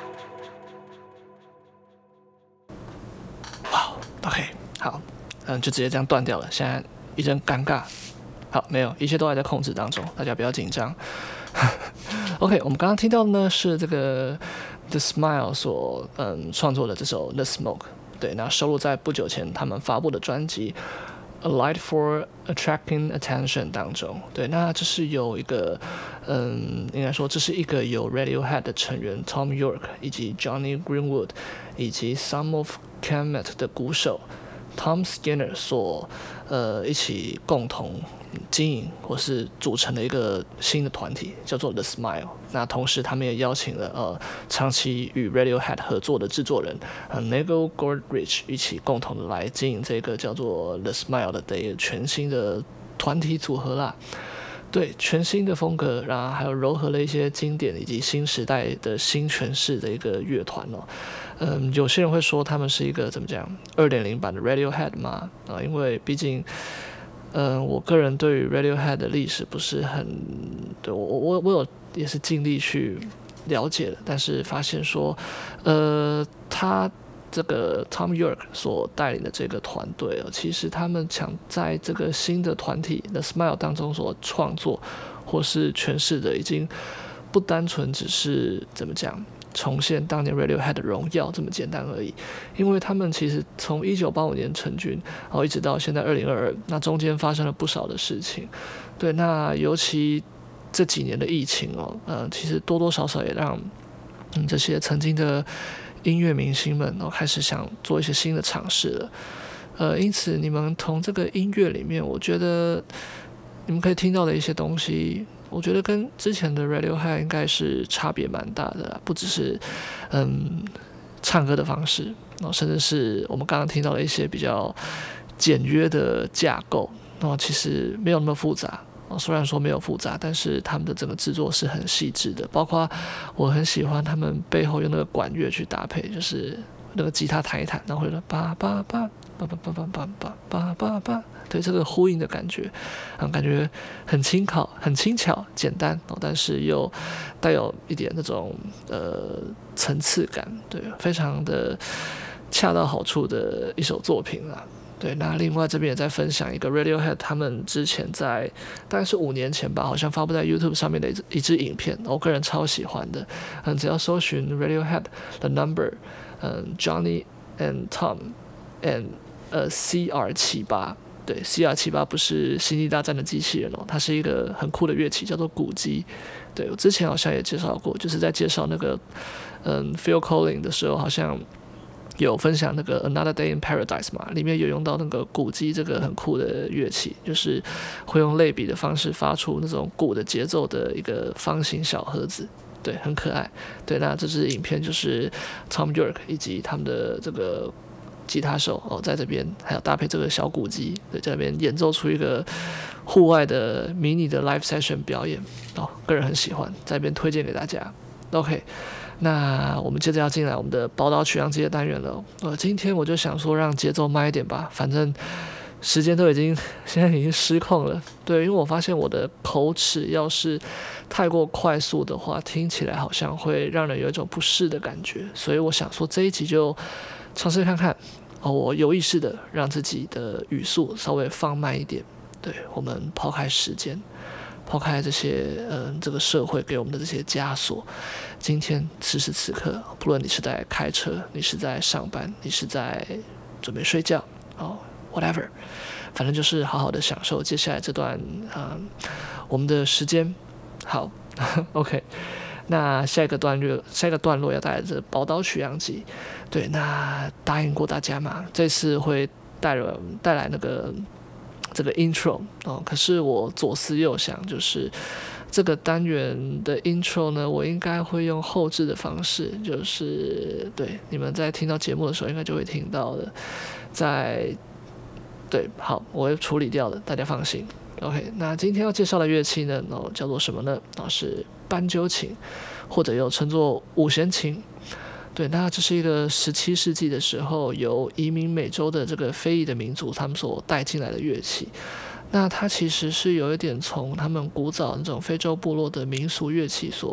哇 ，OK， 好，嗯，就直接这样断掉了，现在一阵尴尬。好，没有，一切都还在控制当中，大家不要紧张。OK， 我们刚刚听到的呢是这个 The Smile 所嗯创作的这首 The Smoke， 对，那收录在不久前他们发布的专辑 A Light for Attracting Attention 当中。对，那这是有一个嗯，应该说这是一个有 Radiohead 的成员 Tom York 以及 Johnny Greenwood 以及 Some of Kemet 的鼓手 Tom Skinner 所呃一起共同经营或是组成的一个新的团体，叫做 The Smile。那同时他们也邀请了呃长期与 Radiohead 合作的制作人呃 Nigel Godrich 一起共同的来经营这个叫做 The Smile 的一个全新的团体组合啦。对，全新的风格，然后还有糅合了一些经典以及新时代的新诠释的一个乐团哦。嗯，有些人会说他们是一个怎么讲 二点零 版的 Radiohead 嘛？啊，因为毕竟。嗯，我个人对于 Radiohead 的历史不是很，对我我我有也是尽力去了解的，但是发现说，呃，他这个 Tom York 所带领的这个团队哦，其实他们想在这个新的团体 The Smile 当中所创作或是诠释的，已经不单纯只是怎么讲。重现当年 Radiohead 的荣耀这么简单而已，因为他们其实从一九八五年成军，然后一直到现在二零二二，那中间发生了不少的事情。对，那尤其这几年的疫情哦，呃，其实多多少少也让嗯这些曾经的音乐明星们哦开始想做一些新的尝试了。呃，因此你们从这个音乐里面，我觉得你们可以听到的一些东西。我觉得跟之前的 Radiohead 应该是差别蛮大的啦，不只是嗯唱歌的方式，然后甚至是我们刚刚听到的一些比较简约的架构，然后其实没有那么复杂。虽然说没有复杂，但是他们的整个制作是很细致的，包括我很喜欢他们背后用那个管乐去搭配，就是那个吉他弹一弹，然后会叭叭叭叭叭叭叭叭叭叭叭叭。对这个呼应的感觉，嗯，感觉很轻巧、很轻巧、简单哦，但是又带有一点那种呃层次感，对，非常的恰到好处的一首作品啦。对，那另外这边也在分享一个 Radiohead 他们之前在大概是五年前吧，好像发布在 YouTube 上面的一支一支影片，我个人超喜欢的。嗯，只要搜寻 Radiohead The Number， 嗯 ，Johnny and Tom and 呃 C R 七八。对 ，C R 七八不是星际大战的机器人哦，它是一个很酷的乐器，叫做鼓机。对，我之前好像也介绍过，就是在介绍那个嗯 Phil Collins 的时候，好像有分享那个 Another Day in Paradise 嘛，里面有用到那个鼓机这个很酷的乐器，就是会用类比的方式发出那种鼓的节奏的一个方形小盒子。对，很可爱。对，那这支影片就是 Tom York 以及他们的这个。吉他手哦，在这边还有搭配这个小鼓机，对，在这边演奏出一个户外的迷你的 live session 表演哦，个人很喜欢，在这边推荐给大家。OK， 那我们接着要进来我们的宝岛取样机的单元了。呃，今天我就想说让节奏慢一点吧，反正时间都已经现在已经失控了。对，因为我发现我的口齿要是太过快速的话，听起来好像会让人有一种不适的感觉，所以我想说这一集就尝试看看。哦，我有意识的让自己的语速稍微放慢一点。对，我们抛开时间，抛开这些嗯、呃，这个社会给我们的这些枷锁。今天此时此刻，不论你是在开车，你是在上班，你是在准备睡觉，哦 ，whatever， 反正就是好好的享受接下来这段嗯、呃、我们的时间。好，OK。那下一个段落，下一个段落要带来这宝岛取样机，对，那答应过大家嘛，这次会带来带来那个这个 intro 哦，可是我左思右想，就是这个单元的 intro 呢，我应该会用后置的方式，就是对你们在听到节目的时候，应该就会听到的，在对，好，我会处理掉的，大家放心。OK， 那今天要介绍的乐器呢，哦，叫做什么呢？哦，是斑鸠琴，或者又称作五弦琴。对，那这是一个十七世纪的时候由移民美洲的这个非裔的民族他们所带进来的乐器。那它其实是有一点从他们古早那种非洲部落的民俗乐器所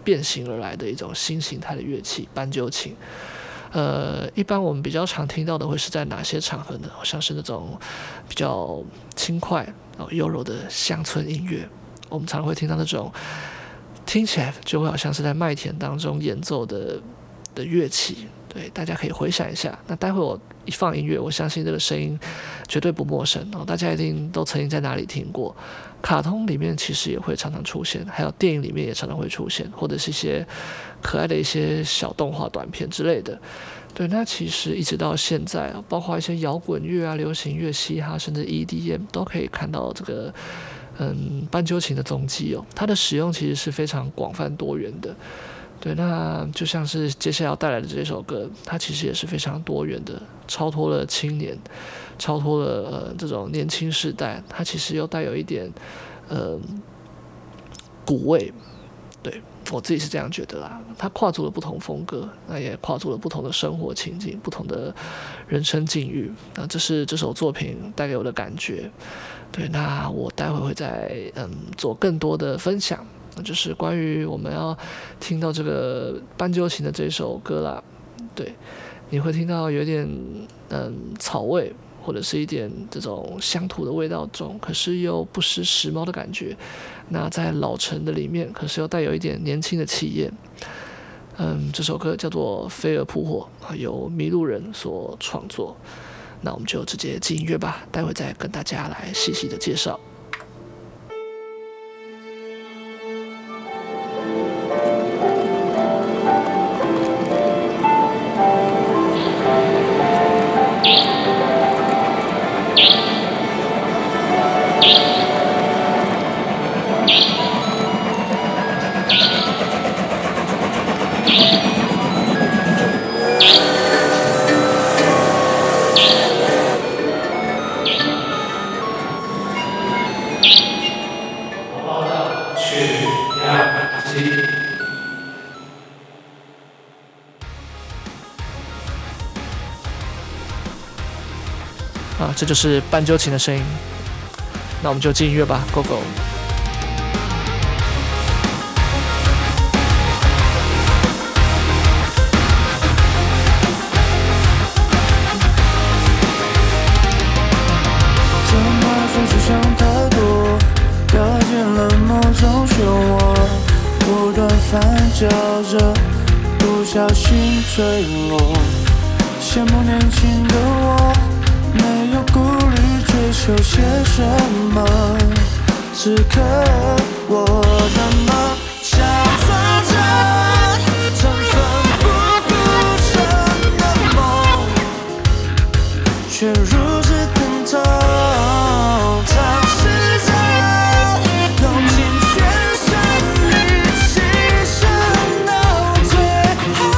变形而来的一种新形态的乐器——斑鸠琴。呃，一般我们比较常听到的会是在哪些场合呢？像是那种比较轻快、哦、优柔的乡村音乐，我们常常会听到那种听起来就会好像是在麦田当中演奏的的乐器。对，大家可以回想一下。那待会我一放音乐，我相信这个声音绝对不陌生哦，大家一定都曾经在哪里听过。卡通里面其实也会常常出现，还有电影里面也常常会出现，或者是一些可爱的一些小动画短片之类的。对，那其实一直到现在啊，包括一些摇滚乐啊、流行乐、嘻哈，甚至 E D M 都可以看到这个嗯斑鸠琴的踪迹哦。它的使用其实是非常广泛多元的。对，那就像是接下来要带来的这首歌，它其实也是非常多元的，超脱了青年，超脱了呃这种年轻世代，它其实又带有一点呃古味。对，我自己是这样觉得啦，它跨足了不同风格，那也跨足了不同的生活情境、不同的人生境遇。那这是这首作品带给我的感觉。对，那我待会会再嗯做更多的分享。就是关于我们要听到这个斑鸠琴的这首歌啦，对，你会听到有点嗯草味，或者是一点这种乡土的味道中，可是又不失时髦的感觉。那在老城的里面，可是又带有一点年轻的气焰。嗯，这首歌叫做《飞蛾扑火》，由迷路人所创作。那我们就直接进音乐吧，待会再跟大家来细细的介绍。啊，这就是斑鸠琴的声音。那我们就进音乐吧 ，Go Go！ 怎么总是想太多，掉进了某种漩涡，不断翻搅着，不小心坠落。羡慕年轻的我，没有顾虑追求些什么，此刻我怎么想抓着曾奋不顾身的梦，却如此疼痛，尝试着用尽全身力气撑到最后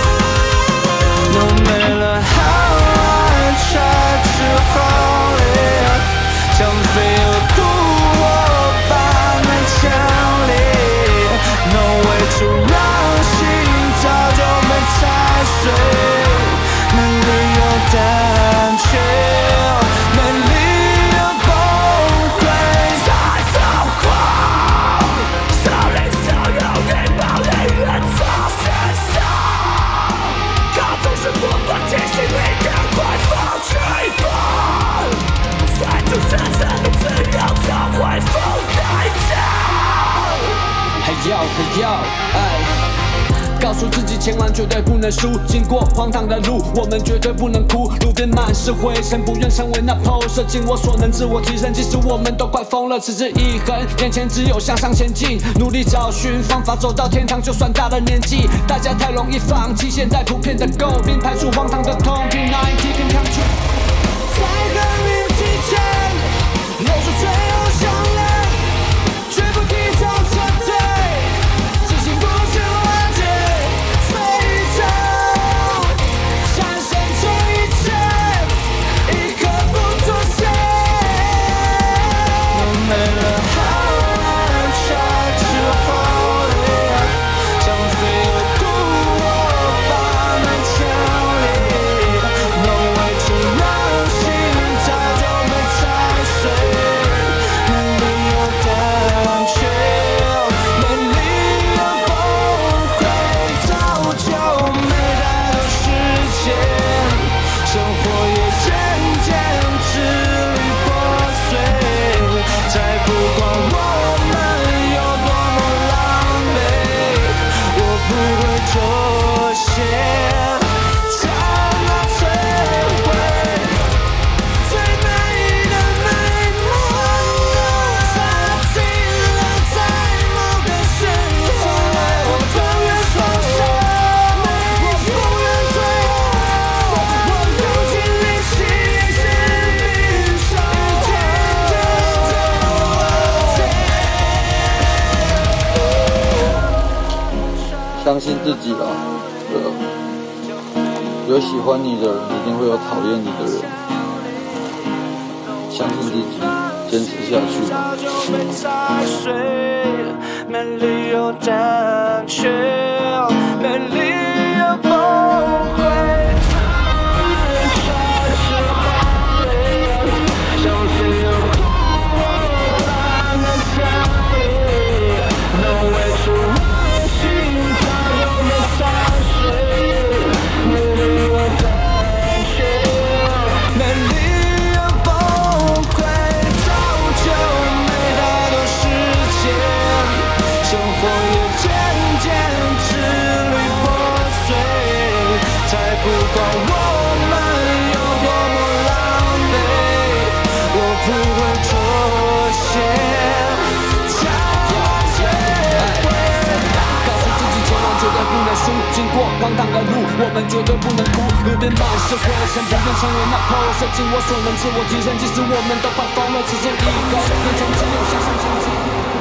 No matter how I try to hold it， 像飞蛾扑火般的强烈 No way to 让心早就被踩碎，没理由胆怯，没理由崩溃，太疯狂，少年少有你把力量从身上，它总是不断提醒你赶快放弃吧，在这真正的自由总会付代价。 还要还要，哎。告诉自己千万绝对不能输，经过荒唐的路，我们绝对不能哭。路边满是灰尘，不愿成为那 poser， 尽我所能自我提升。即使我们都快疯了，持之以恒，眼前只有向上前进，努力找寻方法走到天堂。就算大了年纪，大家太容易放弃，现在普遍的诟病，排除荒唐的通病，那一批偏抗拒。 在革命之前，露出最后笑脸，绝不低头撤退，自信不去完结，非常战胜这一切，一刻不妥协。No matter how I try to hold it， 像飞蛾扑火般的强烈 No way to 让心早不会妥协。唱到最后，最美的美梦都藏进了在某个瞬间。我不愿放手，我不愿退后，我用尽力气去领受。 相信自己啦，对啊，有喜欢你的人，一定会有讨厌你的人。相信自己，坚持下去吧。 早就被踩碎，没理由胆怯，没理由崩溃。像飞蛾破烂的墙壁，能围住我心早就被踩碎，没理由胆怯，没理由崩溃。早就没太多时间，生活也渐渐支离破碎，才不管我们有多么狼狈，我不会妥协。告诉自己千万绝对不能输，经过荒唐的路，我们绝对不能哭。路边满是灰尘，不愿成为那 pose， 尽我所能，自我提升。即使我们都快疯了，只剩一个，眼前只有向上前进。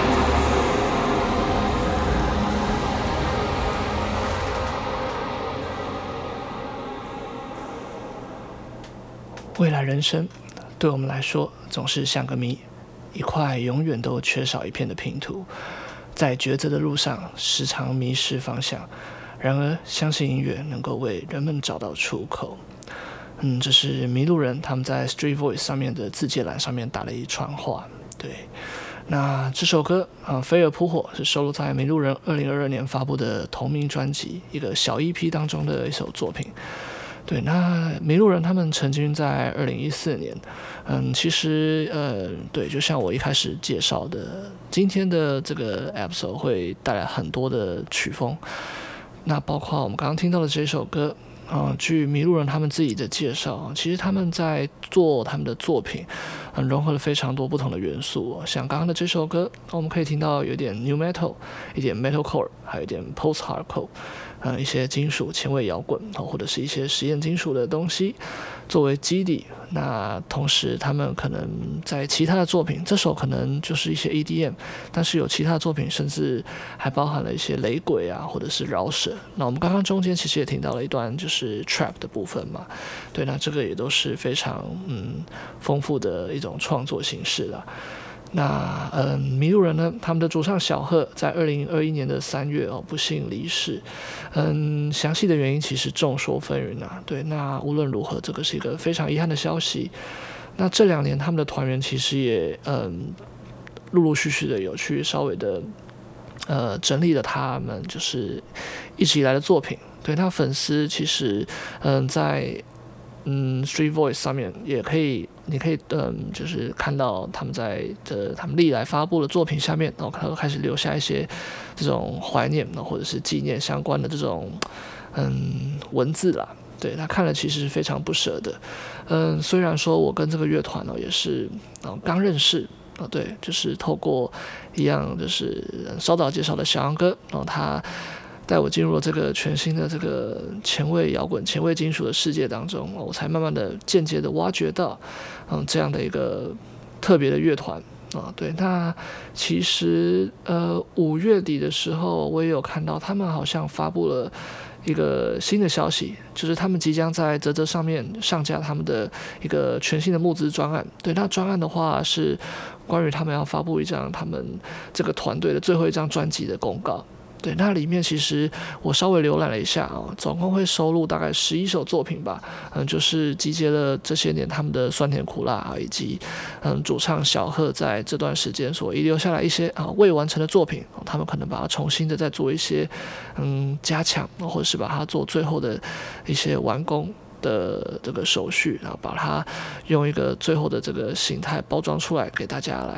未来人生对我们来说总是像个谜，一块永远都缺少一片的拼图，在抉择的路上时常迷失方向。然而相信音乐能够为人们找到出口。嗯，这是迷路人他们在 Street Voice 上面的字界栏上面打了一串话。对，那这首歌啊，飞蛾扑火是收录在迷路人二零二二年发布的同名专辑一个小 E P 当中的一首作品。对，那迷路人他们曾经在二零一四年，嗯，其实呃，对，就像我一开始介绍的，今天的这个 episode 会带来很多的曲风，那包括我们刚刚听到的这首歌，啊、呃，据迷路人他们自己的介绍，其实他们在做他们的作品，嗯、呃，融合了非常多不同的元素，像刚刚的这首歌，我们可以听到有点 new metal， 一点 metalcore， 还有一点 post hardcore。呃，一些金属前卫摇滚，或者是一些实验金属的东西作为基底。那同时，他们可能在其他的作品，这首可能就是一些 E D M， 但是有其他的作品，甚至还包含了一些雷鬼啊，或者是饶舌。那我们刚刚中间其实也听到了一段就是 trap 的部分嘛，对，那这个也都是非常嗯丰富的一种创作形式了。那嗯，迷路人呢？他们的主唱小贺在二零二一年的三月哦，不幸离世。嗯，详细的原因其实众说纷纭啊。对，那无论如何，这个是一个非常遗憾的消息。那这两年他们的团员其实也嗯，陆陆续续的有去稍微的呃整理了他们就是一直以来的作品。对，那粉丝其实嗯在。嗯 ，Street Voice 上面也可以，你可以嗯，就是看到他们在的他们历来发布的作品下面，然后他都开始留下一些这种怀念或者是纪念相关的这种嗯文字啦。对，他看了其实是非常不舍的。嗯，虽然说我跟这个乐团哦也是哦刚认识哦，对，就是透过一样就是稍早介绍的小杨哥，然后他。带我进入了这个全新的这个前卫摇滚、前卫金属的世界当中，我才慢慢的、间接的挖掘到，嗯，这样的一个特别的乐团啊。对，那其实呃五月底的时候，我也有看到他们好像发布了一个新的消息，就是他们即将在嘖嘖上面上架他们的一个全新的募资专案。对，那专案的话是关于他们要发布一张他们这个团队的最后一张专辑的公告。对，那里面其实我稍微浏览了一下哦，总共会收录大概十一首作品吧，嗯，就是集结了这些年他们的酸甜苦辣啊，以及嗯主唱小贺在这段时间所遗留下来一些啊未完成的作品，他们可能把它重新的再做一些嗯加强，或者是把它做最后的一些完工的这个手续，然后把它用一个最后的这个形态包装出来给大家来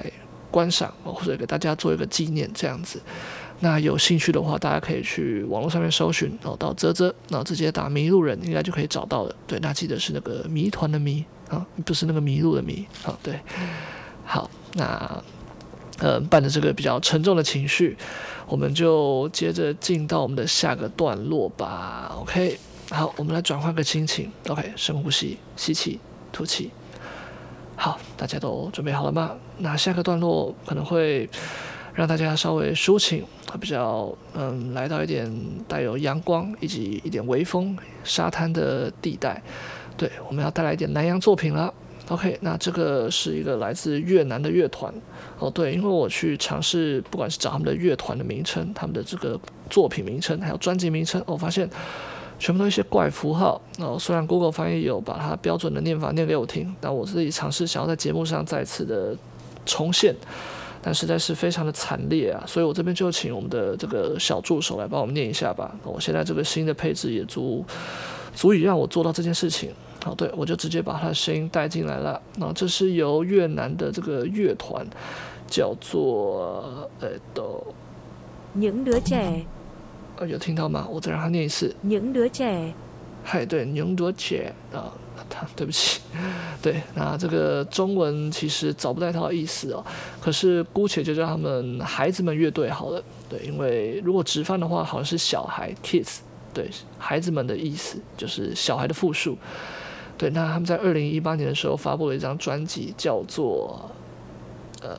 观赏，或者给大家做一个纪念这样子。那有兴趣的话，大家可以去网络上面搜寻，然后到啧啧，然后直接打迷路人，应该就可以找到了。对，那记得是那个谜团的谜啊，不是那个迷路的迷啊。对，好，那呃，伴着这个比较沉重的情绪，我们就接着进到我们的下个段落吧。OK， 好，我们来转换个心情。OK， 深呼吸，吸气，吐气。好，大家都准备好了吗？那下个段落可能会让大家稍微抒情，比较嗯，来到一点带有阳光以及一点微风、沙滩的地带。对，我们要带来一点南洋作品了。OK， 那这个是一个来自越南的乐团哦。对，因为我去尝试，不管是找他们的乐团的名称、他们的这个作品名称，还有专辑名称，我发现全部都一些怪符号。哦，虽然 Google 翻译有把它标准的念法念给我听，但我自己尝试想要在节目上再次的重现，但实在是非常的惨烈啊。所以我这边就请我们的这个小助手来帮我们念一下吧。我现在这个新的配置也足足以让我做到这件事情。好，对，我就直接把他的声音带进来了。那这是由越南的这个乐团，叫做呃都 những đứa trẻ， 呃，有听到吗？我再让他念一次。 những đứa trẻ， 嗨，对，những đứa trẻ啊，他对不起，对，那这个中文其实找不到它的意思哦，可是姑且就叫他们孩子们乐队好了。对，因为如果直翻的话，好像是小孩 kids， 对，孩子们的意思就是小孩的复数。对，那他们在二零一八年的时候发布了一张专辑，叫做呃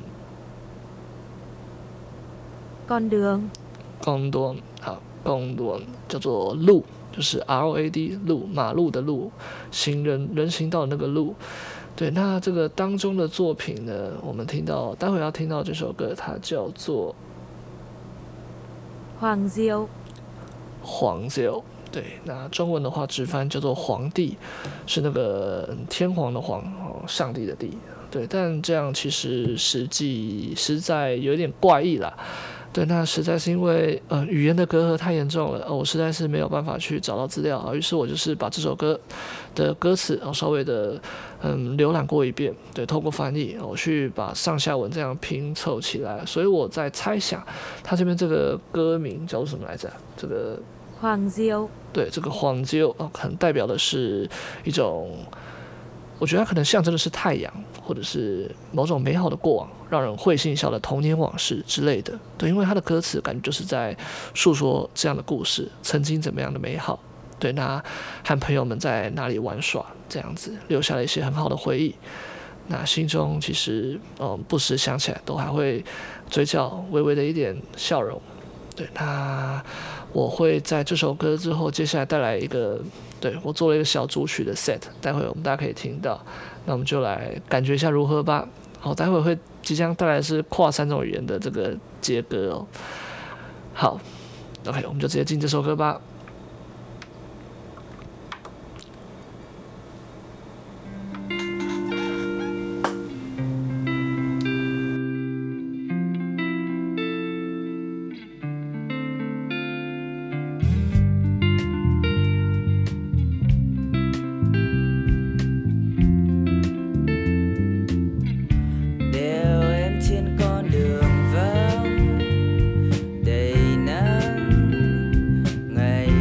con đường， con đường， 好 con đường 叫做路，就是 R O A D 路，马路的路，行人人行道的那个路。对，那这个当中的作品呢，我们听到待会要听到这首歌，它叫做 Hoàng Diệu， 黄diệu。对，那中文的话直翻叫做皇帝，是那个天皇的皇，上帝的帝。对，但这样其实实际实在有一点怪异啦。对，那实在是因为呃语言的隔阂太严重了，哦，我实在是没有办法去找到资料啊。于是我就是把这首歌的歌词，然后稍微的嗯浏览过一遍，对，透过翻译，我去把上下文这样拼凑起来。所以我在猜想，他这边这个歌名叫做什么来着？这个 Hoàng Diệu， 对，这个黄diệu哦，可能代表的是一种，我觉得它可能象征的是太阳，或者是某种美好的过往，让人会心一笑的童年往事之类的。对，因为它的歌词感觉就是在诉说这样的故事，曾经怎么样的美好。对，那和朋友们在哪里玩耍，这样子留下了一些很好的回忆。那心中其实嗯不时想起来，都还会嘴角微微的一点笑容。对，那我会在这首歌之后，接下来带来一个，对，我做了一个小主曲的 set， 待会我们大家可以听到，那我们就来感觉一下如何吧。好，待会会即将带来的是跨三种语言的这个接歌哦。好 ，OK， 我们就直接进这首歌吧。 ngày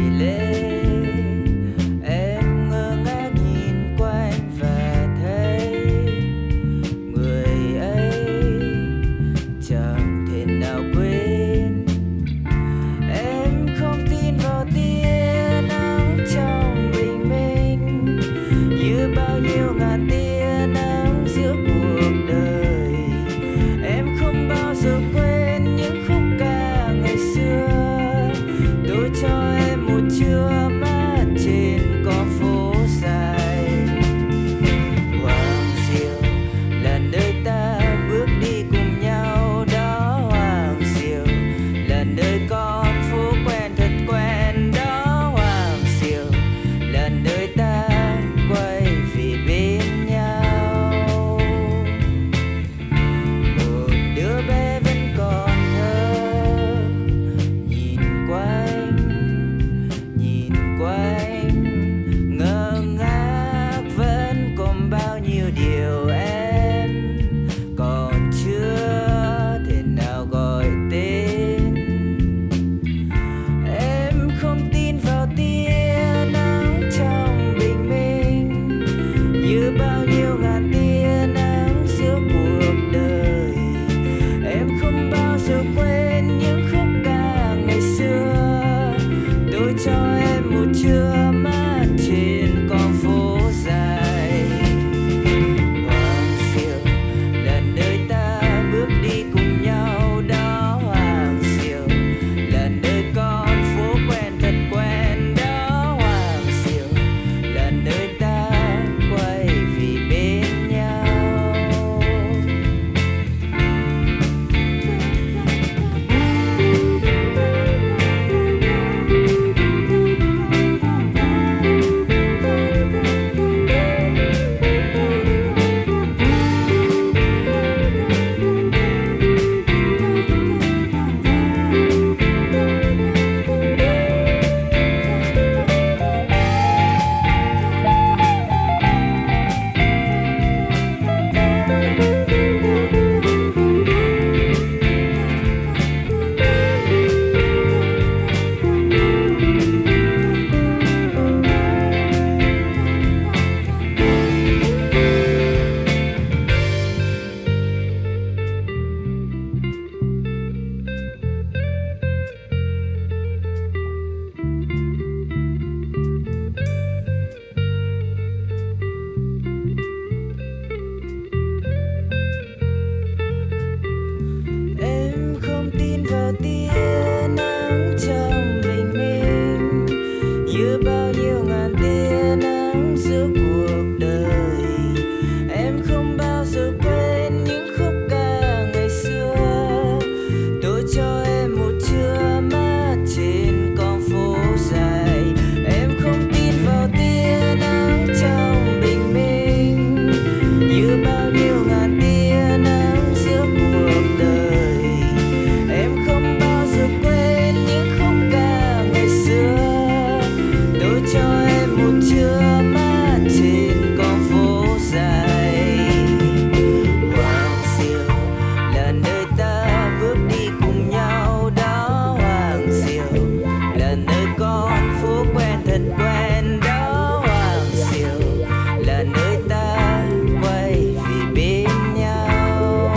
trong bình minh như bao nhiêu ngàn tia nắng giữa cuộc đời. Em không bao giờ quên những khúc ca ngày xưa. Tôi cho em một trưa mát trên con phố dài. Em không tin vào tia nắng trong bình minh như bao nhiêu ngàn tia nắng giữa cuộc đời. Em không bao giờ quên những khúc ca ngày xưa. Tôi cho em một trưa mát trên con phố dài. Hoàng Diệu là nơi ta bước đi cùng nhau đó. Hoàng Diệu là nơi con phố quen thật quen đó. Hoàng Diệu là nơi ta quay về bên nhau.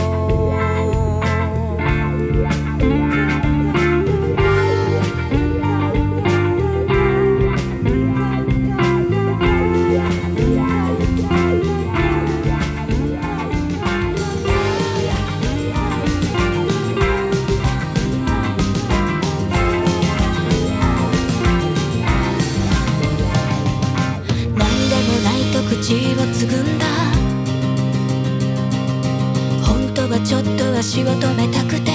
なんでもないと口をつぐんだ。本当はちょっと足を止めたくて。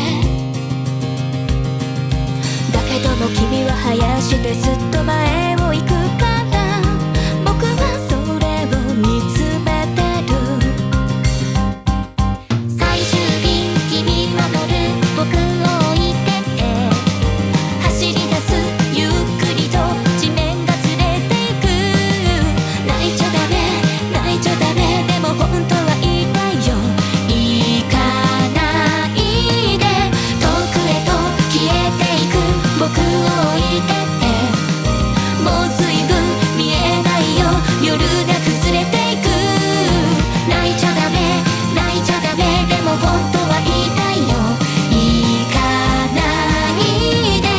だけども君は早足ですっと前を行くから、僕はそれを見つめてる。最終便君守る僕を置いてって走り出すゆっくりと地面がずれていく。泣いちゃダメ泣いちゃダメでも本当は言いたいよ。行かないで遠くへと消えていく僕を置いてってもう随分見えないよ夜が崩れていく。泣いちゃダメ泣いちゃダメでも本当は言いたいよ。行かないで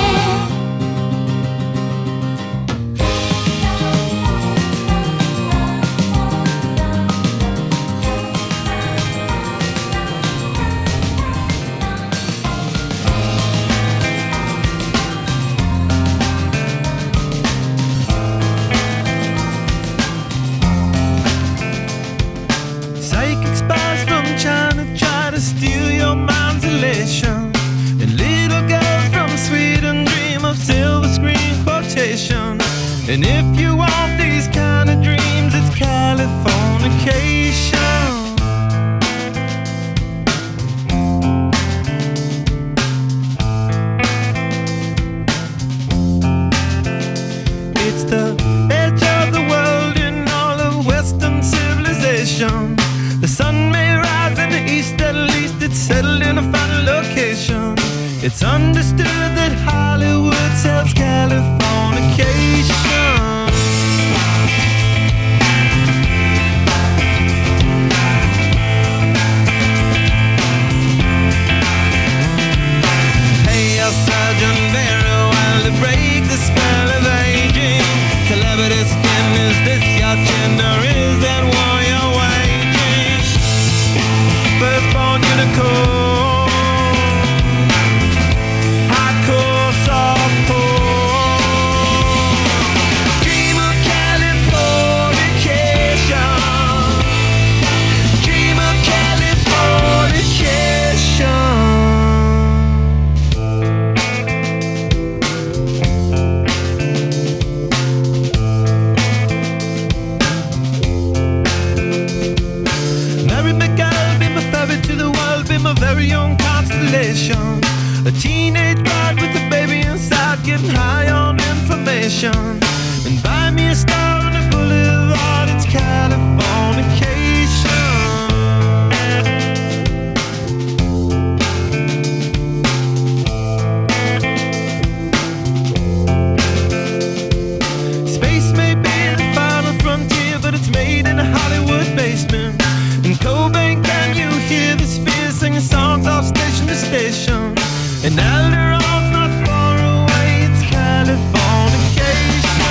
Psychic spies from China try to steal your mind's elation. And little girls from Sweden dream of silver screen quotation. And if you want these kind of dreams, it's Californication. It's the edge of the world in all of Western civilization. The sun may rise in the east, at least it's settled in a final location. It's understood that Hollywood sells Californication. Hey, a surgeon very well to break the spell of aging. Celebrity skin, is this your gender? Is that war you're waging? Firstborn unicorn, hardcore softcore. Dream of Californication. Dream of Californication. Mary McGill, be my favorite to the world, be my very own constellation. A teenage bride with a baby inside, getting high on information. And buy me a star on the boulevard, it's Californication. Space may be the final frontier, but it's made in a Hollywood basement. In Cobain, can you hear the spheres singing songs off station to station? And Alderon's not far away, it's Californication.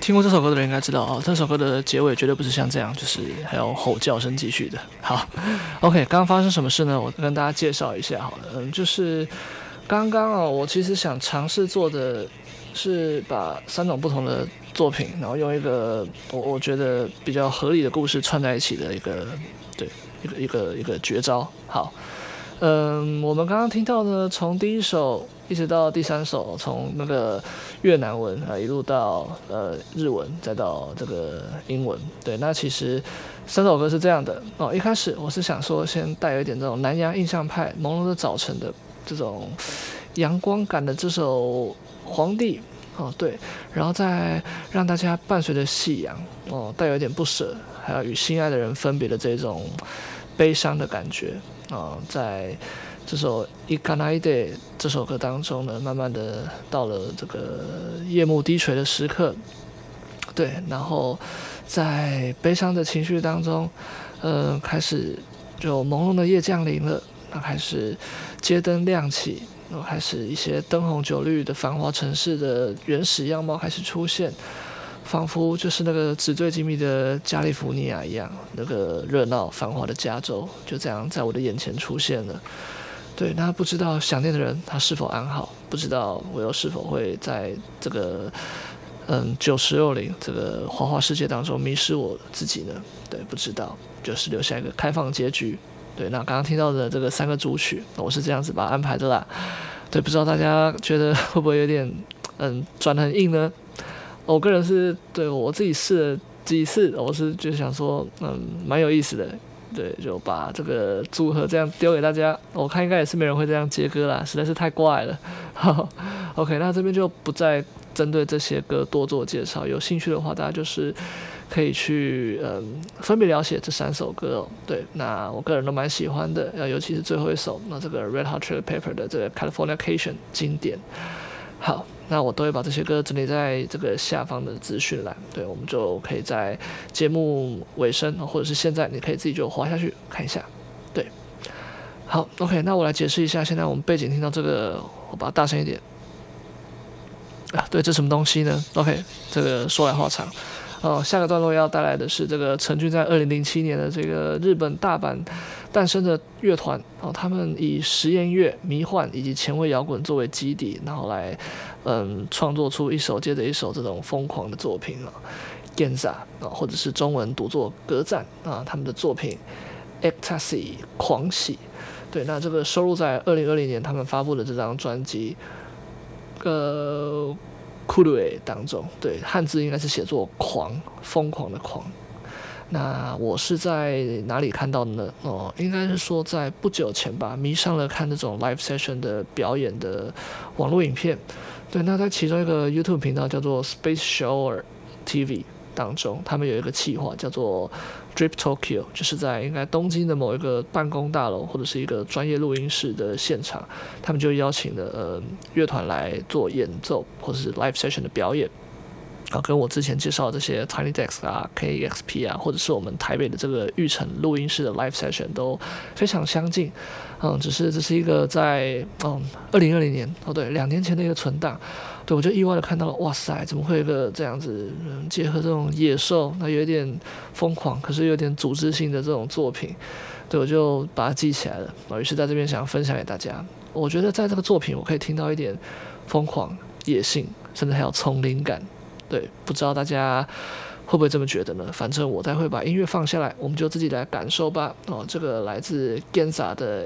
听过这首歌的人应该知道哦，这首歌的结尾绝对不是像这样，就是还有吼叫声继续的。好 ，OK， 刚刚发生什么事呢？我跟大家介绍一下好了，嗯，就是刚刚哦，我其实想尝试做的是把三种不同的作品，然后用一个我我觉得比较合理的故事串在一起的一个对一个一个一个绝招。好，嗯，我们刚刚听到呢，从第一首一直到第三首，从那个越南文啊一路到呃日文，再到这个英文。对，那其实三首歌是这样的哦。一开始我是想说，先带有一点这种南洋印象派、朦胧的早晨的这种阳光感的这首《皇帝》哦，对，然后再让大家伴随着夕阳哦，带有一点不舍，还有与心爱的人分别的这种悲伤的感觉啊、哦，在这首《イカナイデ》这首歌当中呢，慢慢的到了这个夜幕低垂的时刻，对，然后在悲伤的情绪当中，呃，开始就朦胧的夜降临了，那开始街灯亮起，然后开始一些灯红酒绿的繁华城市的原始样貌开始出现，仿佛就是那个纸醉金迷的加利福尼亚一样，那个热闹繁华的加州就这样在我的眼前出现了。对，那不知道想念的人他是否安好，不知道我又是否会在这个嗯九十六零这个花花世界当中迷失我自己呢？对，不知道，就是留下一个开放结局。对，那刚刚听到的这个三个主曲，我是这样子把它安排的啦。对，不知道大家觉得会不会有点嗯转得很硬呢？我个人是对我自己试了几次，我是就想说嗯蛮有意思的。对，就把这个组合这样丢给大家，我看应该也是没人会这样接歌啦，实在是太怪了。好 ，OK， 那这边就不再针对这些歌多做介绍，有兴趣的话，大家就是可以去嗯分别了解这三首歌哦。对，那我个人都蛮喜欢的，尤其是最后一首，那这个 Red Hot Chili Pepper 的这个 Californication 经典。好，那我都会把这些歌整理在这个下方的资讯栏，对，我们就可以在节目尾声或者是现在，你可以自己就滑下去看一下。对，好 ，OK， 那我来解释一下，现在我们背景听到这个，我把它大声一点。啊，对，这什么东西呢 ？OK， 这个说来话长。哦，下个段落要带来的是这个成军在二零零七年的这个日本大阪诞生的乐团哦，他们以实验乐、迷幻以及前卫摇滚作为基底，然后来嗯创作出一首接着一首这种疯狂的作品啊 ，Genza 啊，或者是中文读作歌赞啊，他们的作品 Ecstasy 狂喜，对，那这个收录在二零二零年他们发布的这张专辑，呃。酷鲁诶当中，对，汉字应该是写作狂，疯狂的狂。那我是在哪里看到的呢？哦，应该是说在不久前吧，迷上了看那种 live session 的表演的网络影片。对，那在其中一个 YouTube 频道叫做 Space Shower T V 当中，他们有一个企划叫做 Drip Tokyo， 就是在应该东京的某一个办公大楼或者是一个专业录音室的现场，他们就邀请了呃乐团来做演奏或者是 live session 的表演。啊，跟我之前介绍的这些 Tiny Desk 啊、K E X P 啊，或者是我们台北的这个玉成录音室的 live session 都非常相近。嗯，只是这是一个在嗯二零二零年哦对两年前的一个存档。对，我就意外的看到了，哇塞，怎么会有一个这样子，嗯，结合这种野兽，那有一点疯狂，可是有点组织性的这种作品，对，我就把它记起来了。于是在这边想分享给大家。我觉得在这个作品，我可以听到一点疯狂、野性，甚至还有丛林感。对，不知道大家会不会这么觉得呢？反正我待会把音乐放下来，我们就自己来感受吧。哦，这个来自 Genza 的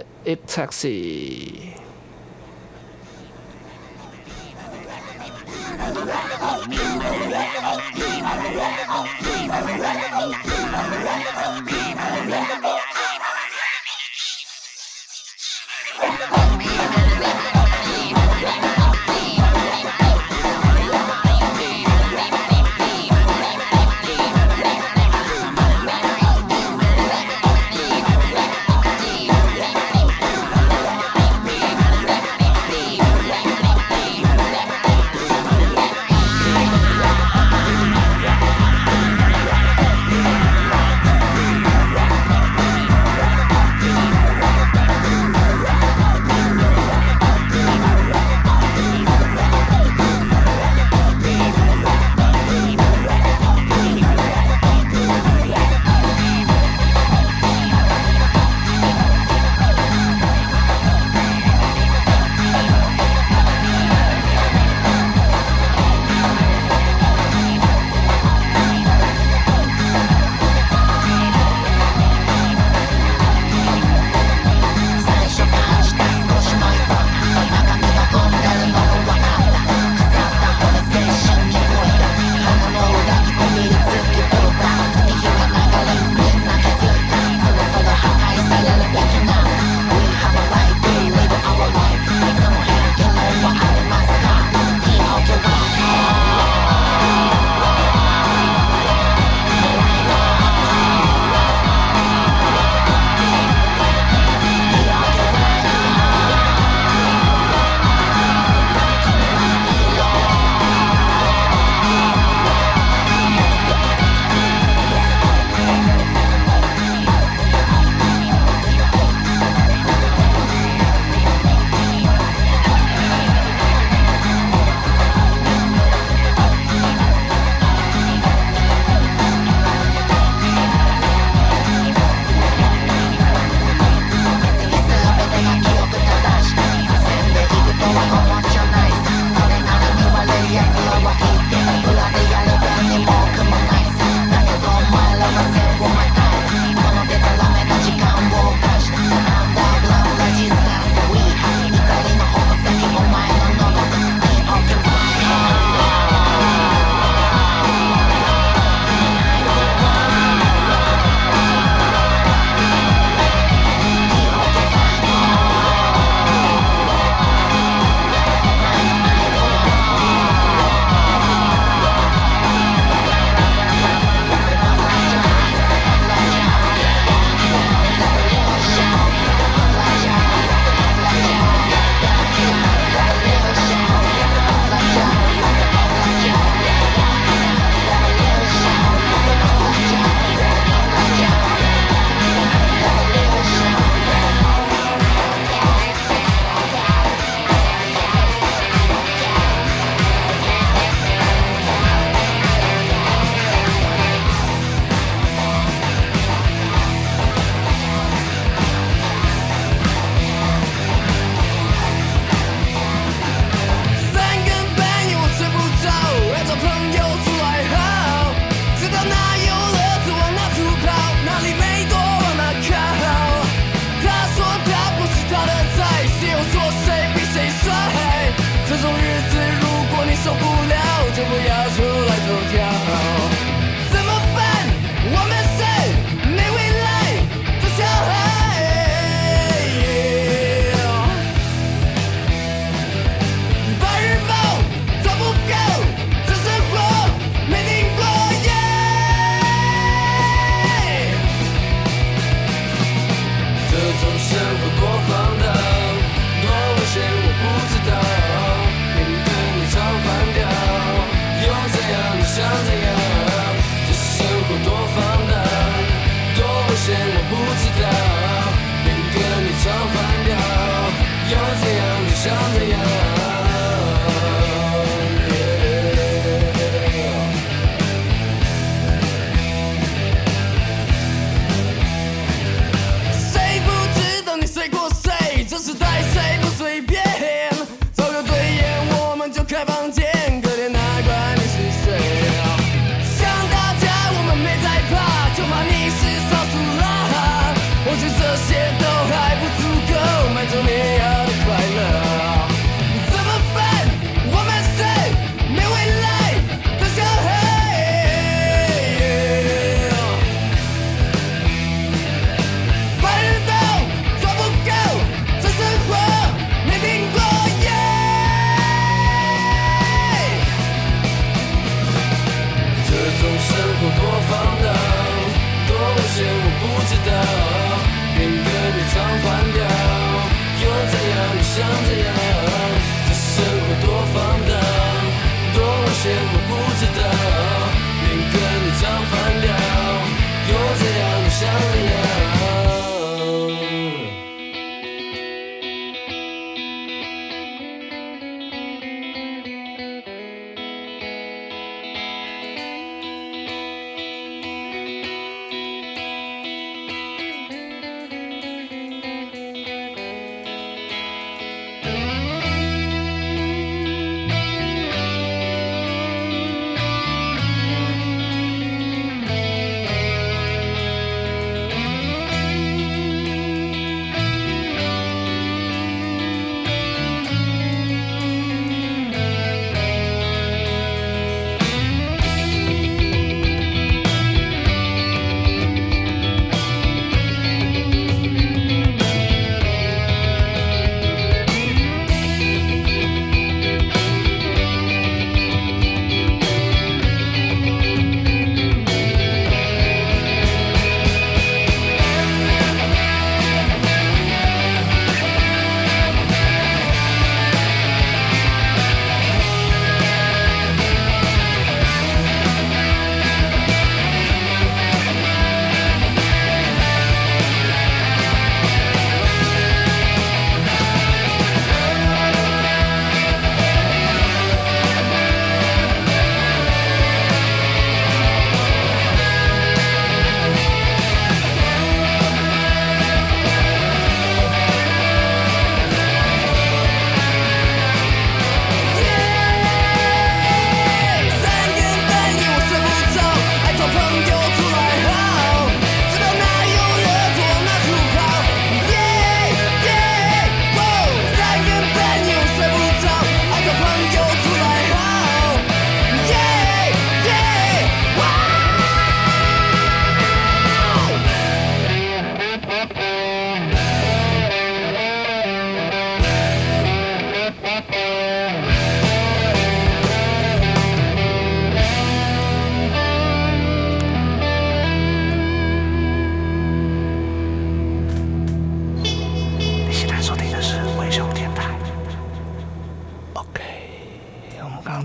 Ecstasy。 We'll be right back.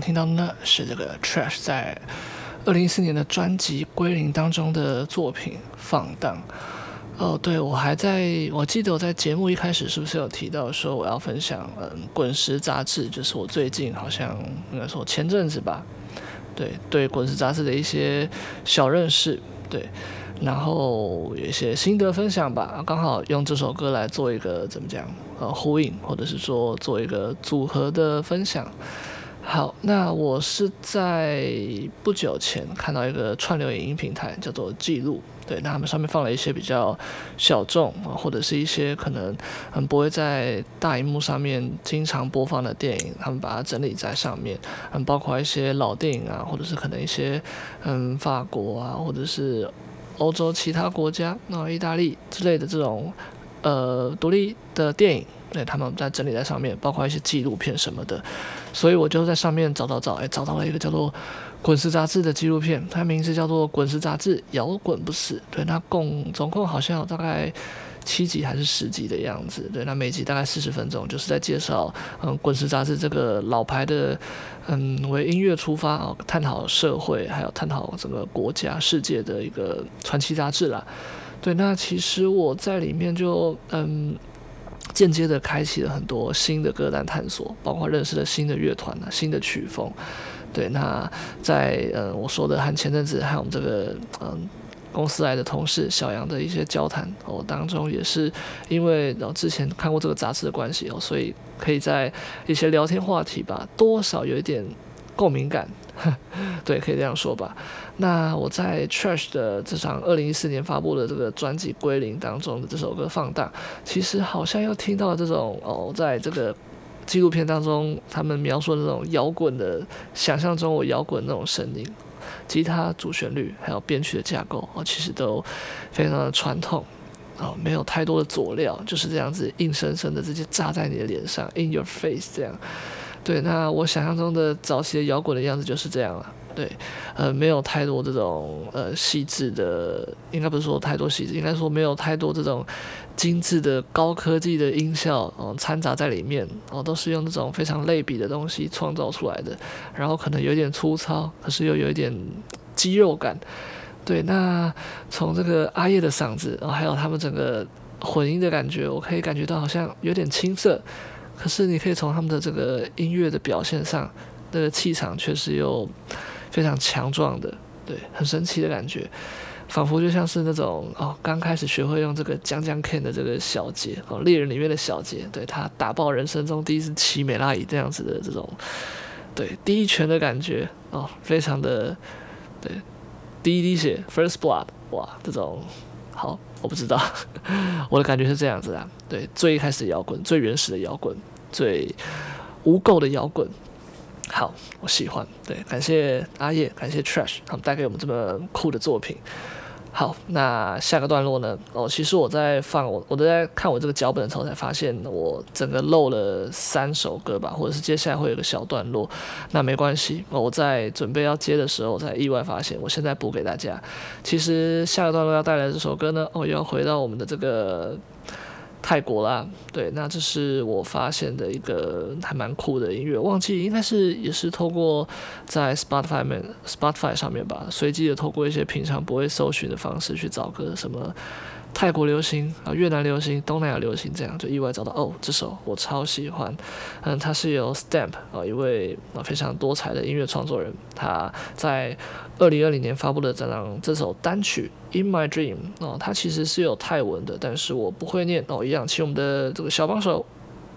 听到呢是这个 Trash 在二零一四年的专辑《归零》当中的作品《放荡》。哦，对，我还在，我记得我在节目一开始是不是有提到说我要分享嗯《滚石》杂志，就是我最近好像应该说前阵子吧，对对《滚石》杂志的一些小认识，对，然后有一些心得分享吧，刚好用这首歌来做一个怎么讲呃呼应，或者是说做一个组合的分享。好，那我是在不久前看到一个串流影音平台叫做记录，对，那他们上面放了一些比较小众或者是一些可能嗯不会在大荧幕上面经常播放的电影，他们把它整理在上面，嗯，包括一些老电影啊，或者是可能一些嗯法国啊，或者是欧洲其他国家，那意大利之类的这种呃独立的电影。对，他们在整理在上面，包括一些纪录片什么的，所以我就在上面找找找，哎，找到了一个叫做《滚石》杂志的纪录片，它名字叫做《滚石杂志摇滚不死》。对，它共总共好像有大概七集还是十集的样子。对，那每集大概四十分钟，就是在介绍嗯《滚石》杂志这个老牌的嗯为音乐出发哦，探讨社会还有探讨整个国家世界的一个传奇杂志啦。对，那其实我在里面就嗯。间接的开启了很多新的歌单探索，包括认识了新的乐团啊、新的曲风。对，那在呃我说的和前阵子和我们这个嗯公司来的同事小杨的一些交谈哦当中，也是因为哦之前看过这个杂志的关系哦，所以可以在一些聊天话题吧，多少有一点共鸣感。对，可以这样说吧。那我在 Trash 的这场二零一四年发布的这个专辑《归零》当中的这首歌《放荡》，其实好像又听到了这种哦，在这个纪录片当中他们描述的那种摇滚的想象中，我摇滚那种声音，吉他主旋律还有编曲的架构哦，其实都非常的传统。哦，没有太多的佐料，就是这样子硬生生的直接炸在你的脸上 ，in your face 这样。对，那我想象中的早期的摇滚的样子就是这样了。对，呃，没有太多这种呃细致的，应该不是说太多细致，应该说没有太多这种精致的高科技的音效哦掺杂在里面哦，都是用那种非常类比的东西创造出来的，然后可能有点粗糙，可是又有一点肌肉感。对，那从这个阿叶的嗓子，然后还有他们整个混音的感觉，我可以感觉到好像有点青涩。可是你可以从他们的这个音乐的表现上，那个气场却是又非常强壮的，对，很神奇的感觉，仿佛就像是那种哦，刚开始学会用这个江江 Ken 的这个小节哦，猎人里面的小节，对他打爆人生中第一次骑美拉椅这样子的这种，对，第一拳的感觉哦，非常的对，第一滴血 First Blood， 哇，这种好。我不知道，我的感觉是这样子啊。对，最一开始的摇滚，最原始的摇滚，最无垢的摇滚。好，我喜欢。对，感谢阿叶，感谢 Trash， 他们带给我们这么酷的作品。好，那下个段落呢？哦，其实我在放我我在看我这个脚本的时候，才发现我整个漏了三首歌吧，或者是接下来会有个小段落。那没关系，我在准备要接的时候，才意外发现，我现在补给大家。其实下个段落要带来的这首歌呢，哦，又要回到我们的这个泰国啦。对，那这是我发现的一个还蛮酷的音乐，忘记应该是也是透过在 Spotify 面 Spotify 上面吧，随机的透过一些平常不会搜寻的方式去找歌，什么泰国流行啊、越南流行、东南亚流行，这样就意外找到哦，这首我超喜欢。嗯，它是由 Stamp 啊、一位啊非常多彩的音乐创作人，他在二零二零年发布的这张这首单曲 In My Dream 哦，它其实是有泰文的，但是我不会念哦，一样请我们的这个小帮手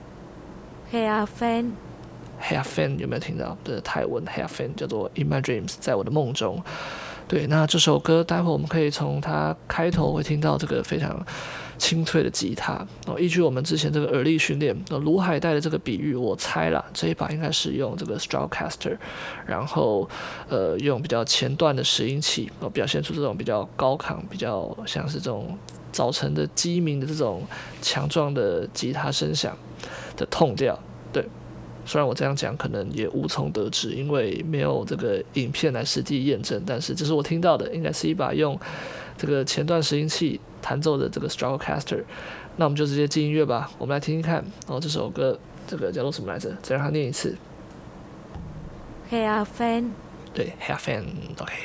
Hair Fan Hair Fan 有没有听到？这泰文 Hair Fan 叫做 In My Dreams， 在我的梦中。对，那这首歌待会我们可以从它开头会听到这个非常清脆的吉他哦。依据我们之前这个耳力训练，呃，卢海带的这个比喻，我猜啦，这一把应该是用这个 Stratocaster， 然后呃用比较前段的拾音器，哦，表现出这种比较高亢、比较像是这种早晨的鸡鸣的这种强壮的吉他声响的痛调，对。虽然我这样讲可能也无从得知，因为没有这个影片来实际验证，但是这是我听到的，应该是一把用这个前段拾音器弹奏的这个 Stratocaster。那我们就直接进音乐吧，我们来听听看。哦，这首歌这个叫做什么来着？再让它念一次。 Hair fan 对 Hair fan OK。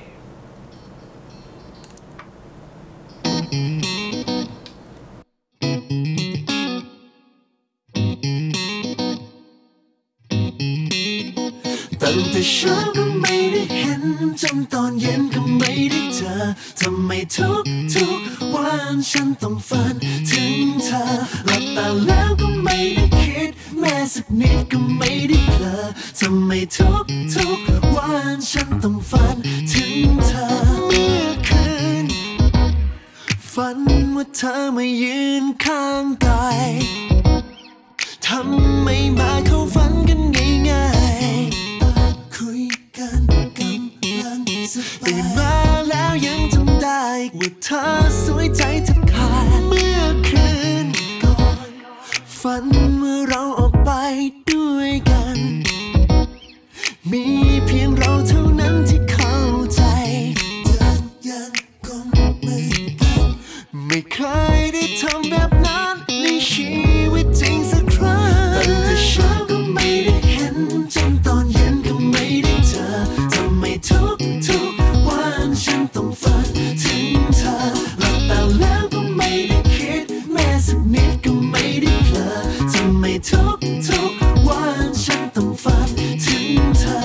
ตั้งแต่เช้าก็ไม่ได้เห็นจนตอนเย็นก็ไม่ได้เจอทำไมทุกทุกวันฉันต้องฝันถึงเธอหลับตาแล้วก็ไม่ได้คิดแม้สักนิดก็ไม่ได้เผลอทำไมทุกทุกวันฉันต้องฝันถึงเธอเมื่อคืนฝันว่าเธอมายืนข้างกายทำไมมาเข้าฝันกันง่ายๆคุยกันกำลังสบายตื่นมาแล้วยังจำได้ว่าเธอสวยใจแทบขาดเมื่อคืนก่อนฝันว่าเราออกไปด้วยกันมีเพียงเราเท่านั้นที่เข้าใจเดินยังก้มมือกันไม่เคยได้ทำแบบนั้นในชีวิตจริงสักครั้งตั้งแต่เช้าก็ไม่ได้เห็นจนตอนเย็นก็ไม่ได้เจอทำไมทุกทุกวันฉันต้องฝันถึงเธอหลับตาแล้วก็ไม่ได้คิดแม้สักนิดก็ไม่ได้เผลอทำไมทุกทุกวันฉันต้องฝันถึงเธอ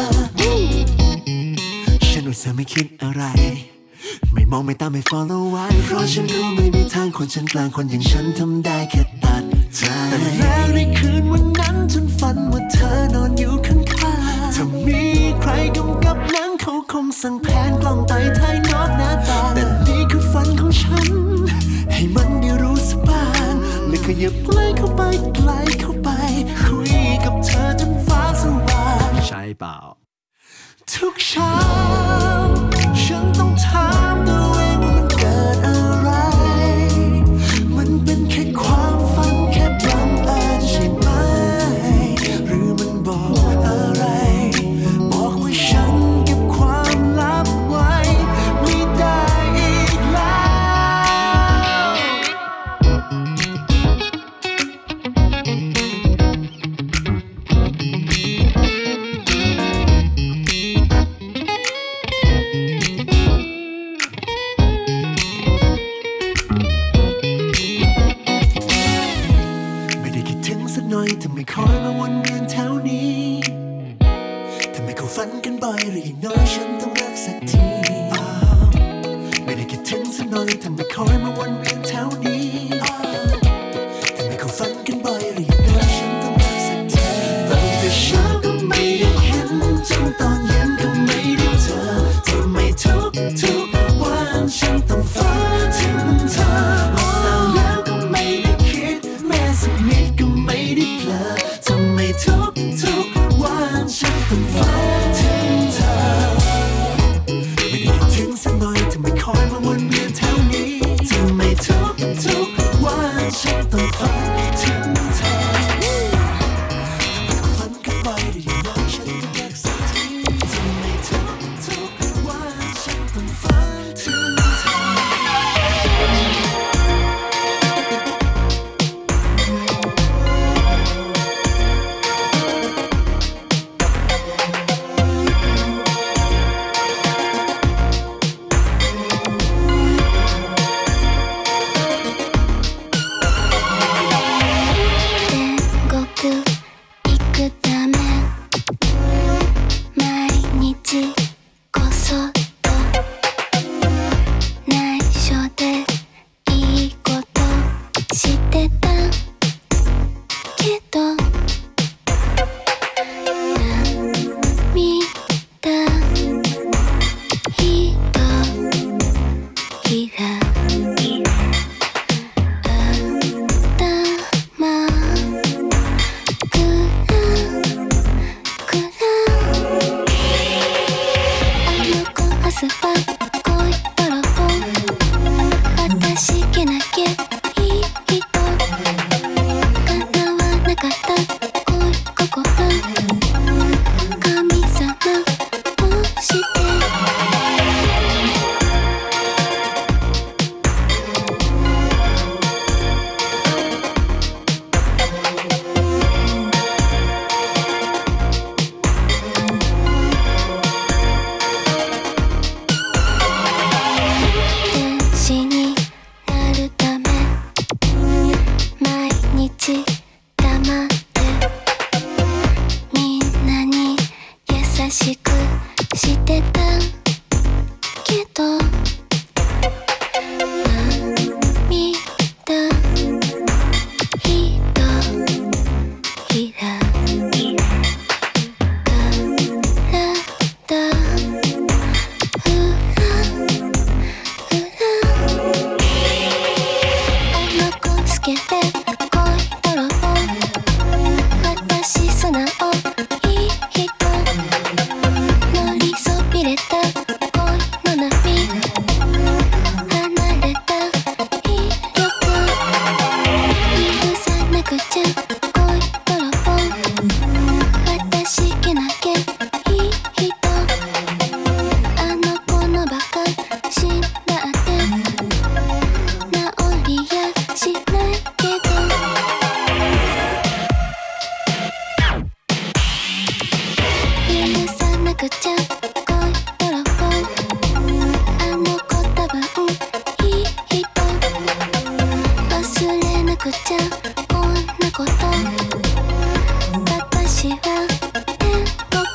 ฉันอุตส่าห์ไม่คิดอะไรไม่มองไม่ตามไม่ follow ไว้เพราะฉันรู้ไม่มีทางคนฉันกลางคนอย่างฉันทำได้แค่ตัดใจแต่แล้วในคืนวันนั้นฉันฝันว่าเธอนอนอยู่ข้างๆถ้ามีใครกำกับหนังเขาคงสั่งแผนกล้องไต่ท้ายนอกหน้าตาแต่นี่คือฝันของฉันให้มันได้รู้สักบ้างและขยับใกล้เข้าไปใกล้เข้าไปคุยกับเธอจนฟ้าสว่างใช่เปล่าทุกเช้าฉันต้องถามตัวเองว่ามันเกิดอะไรมันเป็นแค่ความฝันแค่บังเอิญใช่ไหมหรือมันบอกอะไรบอกว่าฉันเก็บความลับไว้ไม่ได้อีกแล้วと涙ひとひら体ふらふらあの子つけて恋泥棒私素直いい人乗りそびれた恋の波離れた威力許さなくちゃ恋泥棒私けなきゃいい人あの子のバカ死んだって治りやしないけど許さなくちゃ恋泥棒あの子多分いい人忘れなくちゃこんなこと私は天国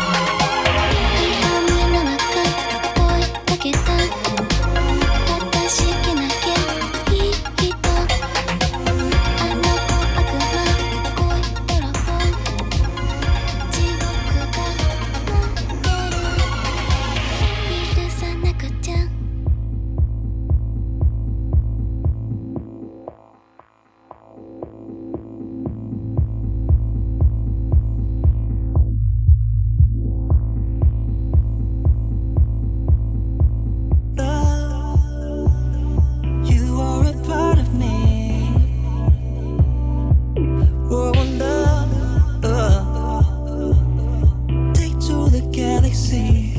鏡の中問いかけた私けなきゃいい人あの子悪魔恋泥棒地獄が待ってる許さなくちゃ You are a part of me. Oh, love, uh, take to the galaxy.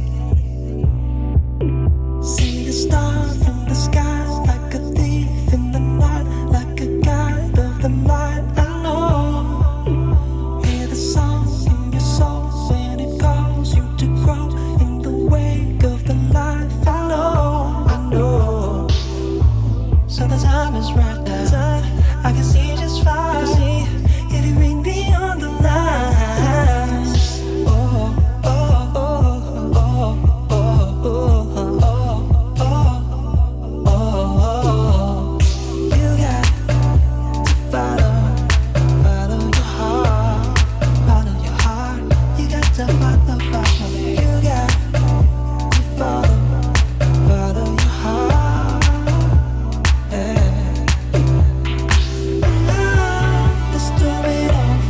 See the stars in the sky like a thief in the night, like a guide of the light. I know. Hear the song in your soul when it calls you to grow in the wake of the life. I know, I know. So the time is right now. I can see just fine. I can see if you ring beyond the lines. Oh, oh, oh, oh, oh, oh, oh, oh, oh, oh. You got to follow, follow your heart, follow your heart. You got to follow, follow. You got to follow, follow your heart. Let's do it all.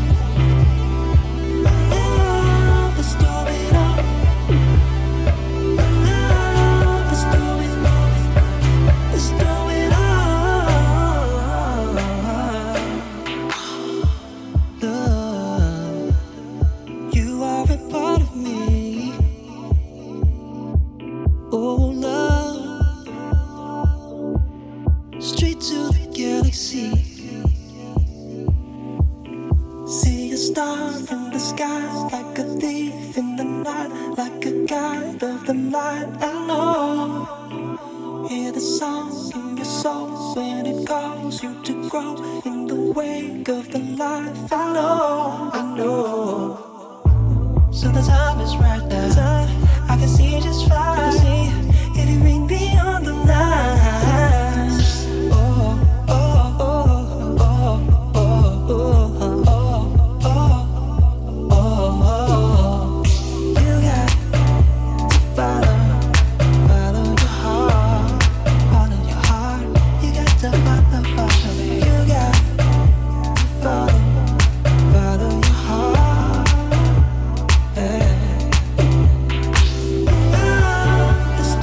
Let's do it all. Let's do it. Let's do it all. Love, you are a part of me. Oh, love, straight to the galaxy. See a star in the sky like a thief in the night, like a guide of the light. I know. Hear the song in your soul when it calls you to grow in the wake of the life. I know, I know. So the time is right now. I can see just fine. I can see if you ring beyond the lines. Oh, oh, oh, oh, oh, oh, oh, oh, oh. You got to follow, follow your heart, follow your heart. You got to follow, follow. You got to follow, follow your heart. Hey. Let's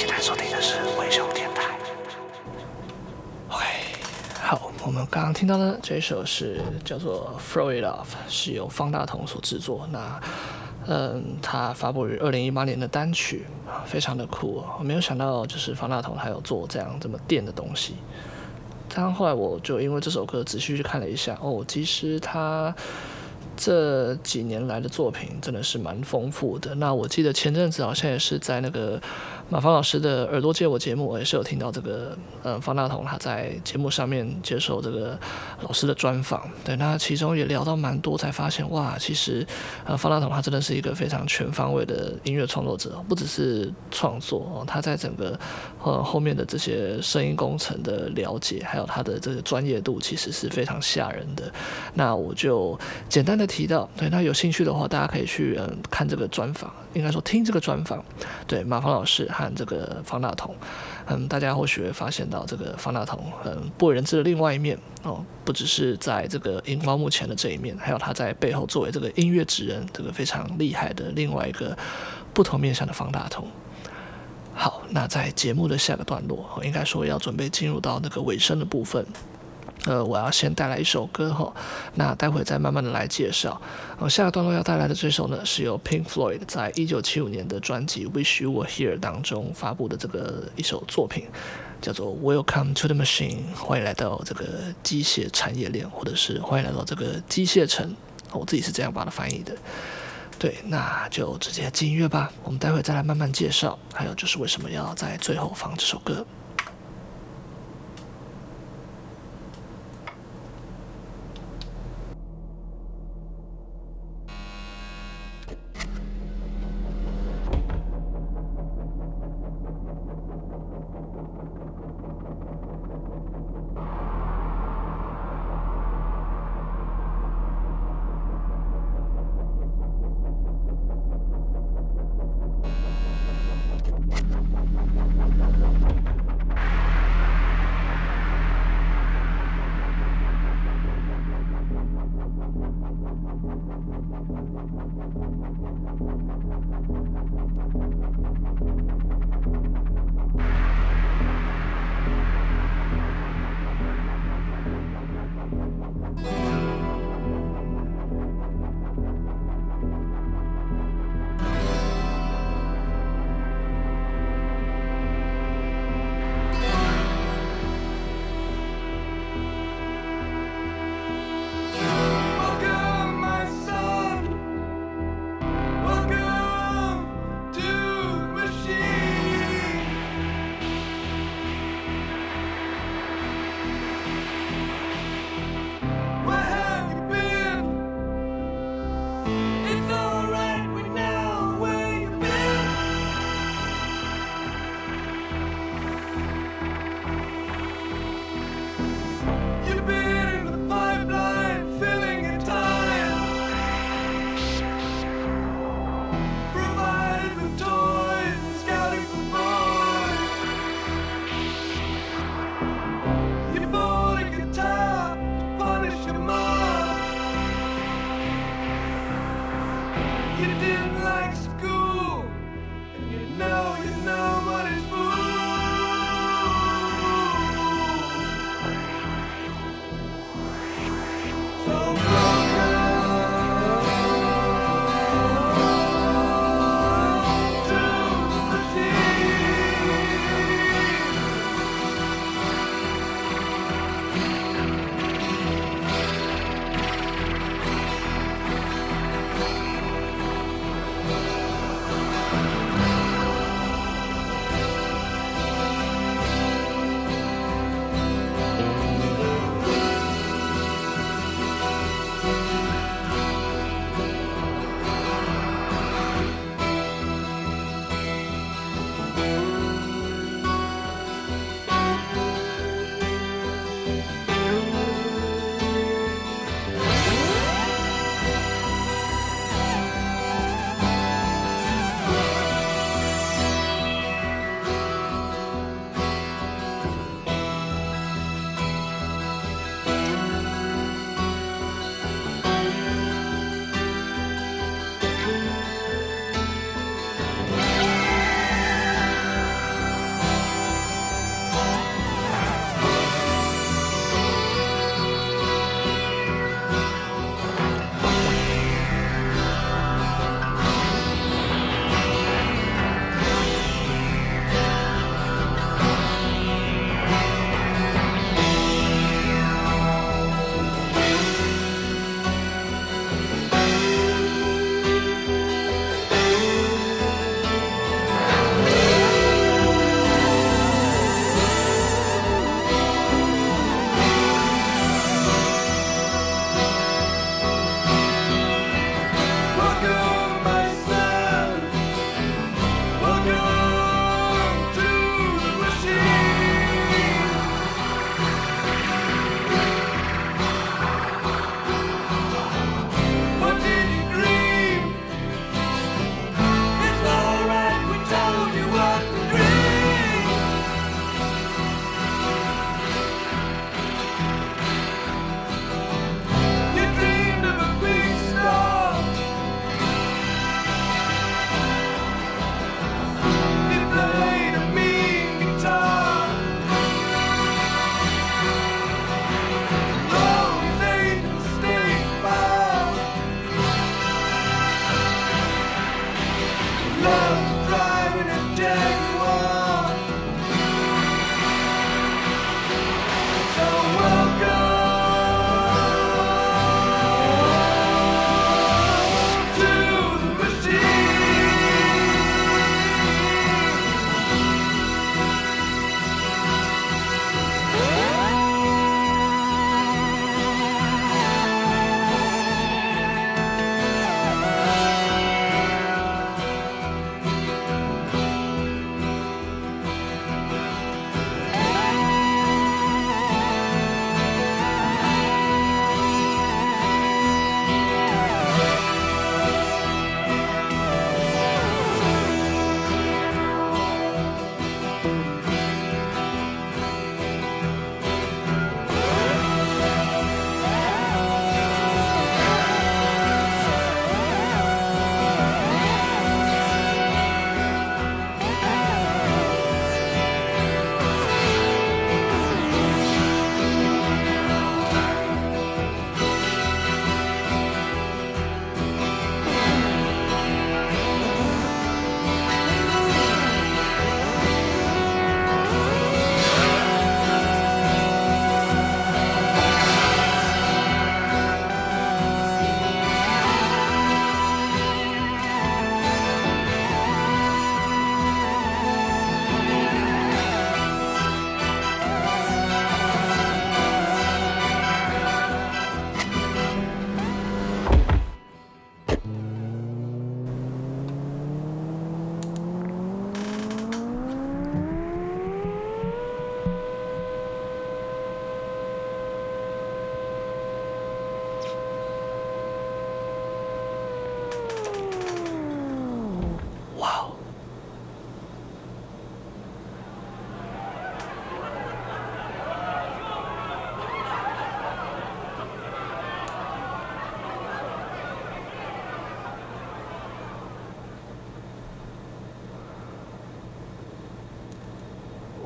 现在收听的是微熊电台。OK， 好，我们刚刚听到的这一首是叫做《Throw It Off》，是由方大同所制作。那嗯，他发布于二零一八年的单曲，非常的酷哦。我没有想到，就是方大同还有做这样这么电的东西。但后来我就因为这首歌仔细去看了一下，哦，其实他这几年来的作品真的是蛮丰富的。那我记得前阵子好像也是在那个马芳老师的耳朵借我节目，我也是有听到这个呃方大同他在节目上面接受这个老师的专访。对，那其中也聊到蛮多，才发现哇，其实呃方大同他真的是一个非常全方位的音乐创作者，不只是创作哦，他在整个呃后面的这些声音工程的了解，还有他的这个专业度，其实是非常吓人的。那我就简单的提到，对，那有兴趣的话，大家可以去嗯看这个专访，应该说听这个专访，对，马芳老师和这个方大同，嗯，大家或许会发现到这个方大同嗯不为人知的另外一面哦，不只是在这个荧光幕前的这一面，还有他在背后作为这个音乐职人，这个非常厉害的另外一个不同面向的方大同。好，那在节目的下个段落，应该说要准备进入到那个尾声的部分。呃，我要先带来一首歌哈，那待会再慢慢的来介绍。呃，下个段落要带来的这首呢，是由 Pink Floyd 在一九七五年的专辑《Wish You Were Here》当中发布的这个一首作品，叫做 Welcome to the Machine， 欢迎来到这个机械产业链，或者是欢迎来到这个机械城，我自己是这样把它翻译的。对，那就直接进音乐吧，我们待会再来慢慢介绍，还有就是为什么要在最后放这首歌。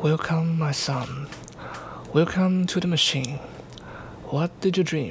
Welcome, my son. Welcome to the machine. What did you dream?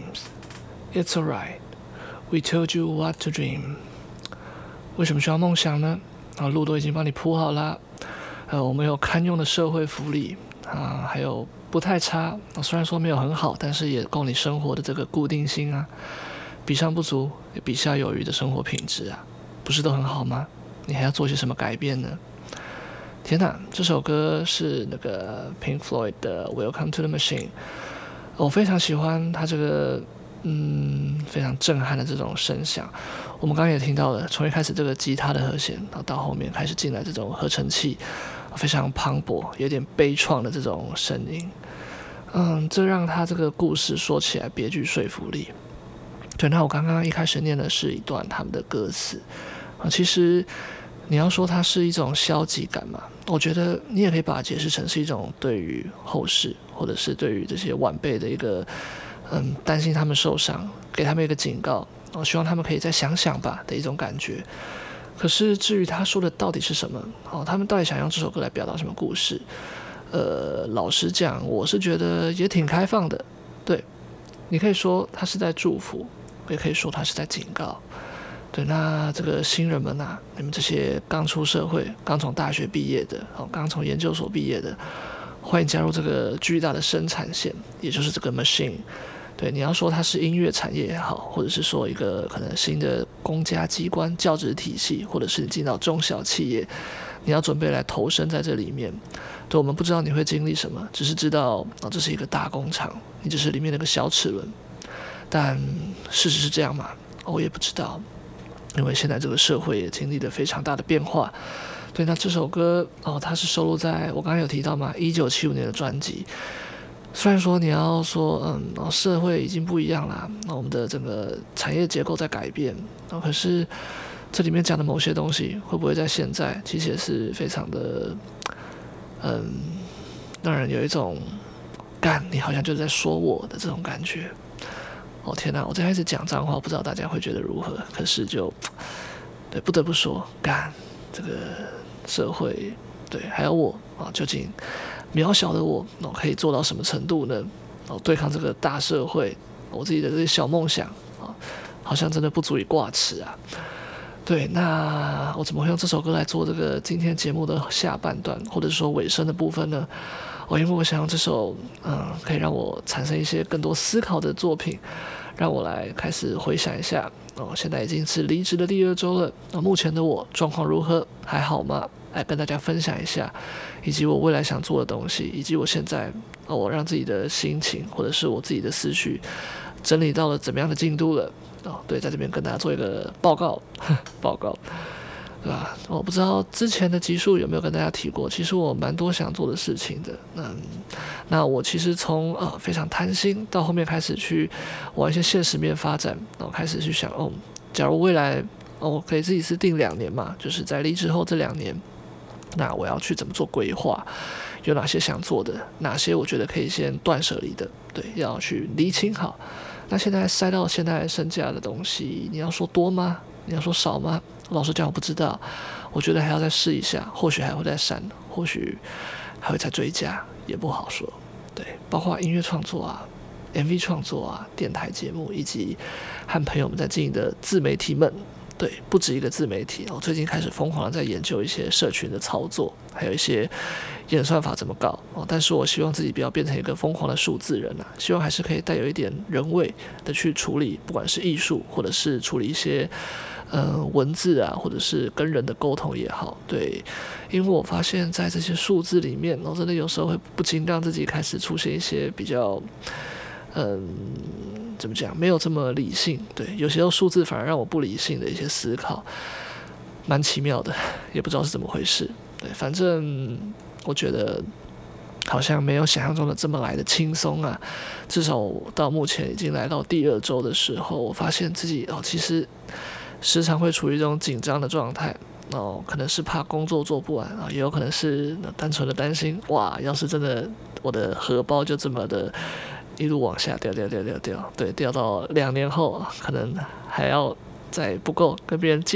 It's alright. We told you what to dream. 为什么需要梦想呢？啊，路都已经帮你铺好了。呃，我们有堪用的社会福利啊，还有不太差。啊，虽然说没有很好，但是也够你生活的这个固定性啊。比上不足，也比下有余的生活品质啊，不是都很好吗？你还要做些什么改变呢？天哪，这首歌是那个 Pink Floyd 的 Welcome to the Machine。我非常喜欢它这个嗯非常震撼的这种声响。我们刚刚也听到了，从一开始这个吉他的和弦，然后到后面开始进来这种合成器，非常磅礴、有点悲怆的这种声音。嗯，这让他这个故事说起来别具说服力。对，那我刚刚一开始念的是一段他们的歌词啊，其实你要说它是一种消极感嘛，我觉得你也可以把它解释成是一种对于后世或者是对于这些晚辈的一个嗯担心他们受伤，给他们一个警告，我希望他们可以再想想吧的一种感觉。可是至于他说的到底是什么，哦，他们到底想用这首歌来表达什么故事？呃，老实讲，我是觉得也挺开放的。对，你可以说他是在祝福，也可以说他是在警告。对，那这个新人们啊，你们这些刚出社会、刚从大学毕业的，哦，刚从研究所毕业的，欢迎加入这个巨大的生产线，也就是这个 machine。对，你要说它是音乐产业也好，或者是说一个可能新的公家机关、教职体系，或者是你进到中小企业，你要准备来投身在这里面。对，我们不知道你会经历什么，只是知道哦，这是一个大工厂，你只是里面那个小齿轮。但事实是这样吗？哦，我也不知道。因为现在这个社会也经历了非常大的变化。对，那这首歌哦，它是收录在我刚刚有提到嘛，一九七五年的专辑。虽然说你要说嗯、哦，社会已经不一样啦，那我们的整个产业结构在改变，哦，可是这里面讲的某些东西会不会在现在其实也是非常的嗯，让人有一种干你好像就在说我的这种感觉。哦天哪！我最开始讲脏话，不知道大家会觉得如何。可是就，对，不得不说，干这个社会，对，还有我啊，究竟渺小的我，哦，可以做到什么程度呢？哦，对抗这个大社会，我自己的这些小梦想啊，好像真的不足以挂齿啊。对，那我怎么会用这首歌来做这个今天节目的下半段，或者说尾声的部分呢？哦，因为我想用这首嗯，可以让我产生一些更多思考的作品，让我来开始回想一下哦，现在已经是离职的第二周了，那目前的我状况如何？还好吗？来跟大家分享一下，以及我未来想做的东西，以及我现在哦，我让自己的心情或者是我自己的思绪整理到了怎么样的进度了？哦，对，在这边跟大家做一个报告，报告。对吧？我不知道之前的集数有没有跟大家提过，其实我蛮多想做的事情的。嗯，那我其实从呃非常贪心，到后面开始去往一些现实面发展，然后开始去想，哦，假如未来哦，我给自己是定两年嘛，就是在离职后这两年，那我要去怎么做规划？有哪些想做的？哪些我觉得可以先断舍离的？对，要去厘清好。那现在塞到现在剩下的东西，你要说多吗？你要说少吗？老实讲，我不知道。我觉得还要再试一下，或许还会再删，或许还会再追加，也不好说。对，包括音乐创作啊、M V 创作啊、电台节目，以及和朋友们在经营的自媒体们。对，不止一个自媒体，我最近开始疯狂的在研究一些社群的操作，还有一些演算法怎么搞哦。但是我希望自己不要变成一个疯狂的数字人啊，希望还是可以带有一点人味的去处理，不管是艺术，或者是处理一些呃文字啊，或者是跟人的沟通也好。对，因为我发现在这些数字里面，我真的有时候会不禁让自己开始出现一些比较。嗯，怎么讲？没有这么理性。对，有时候数字反而让我不理性的一些思考，蛮奇妙的，也不知道是怎么回事。对，反正我觉得好像没有想象中的这么来的轻松啊。至少到目前已经来到第二周的时候，我发现自己哦，其实时常会处于一种紧张的状态。哦，可能是怕工作做不完啊，也有可能是单纯的担心，哇，要是真的我的荷包就这么的。一路往下掉掉掉掉掉，对，掉到两年后可能还要再不够跟别人借，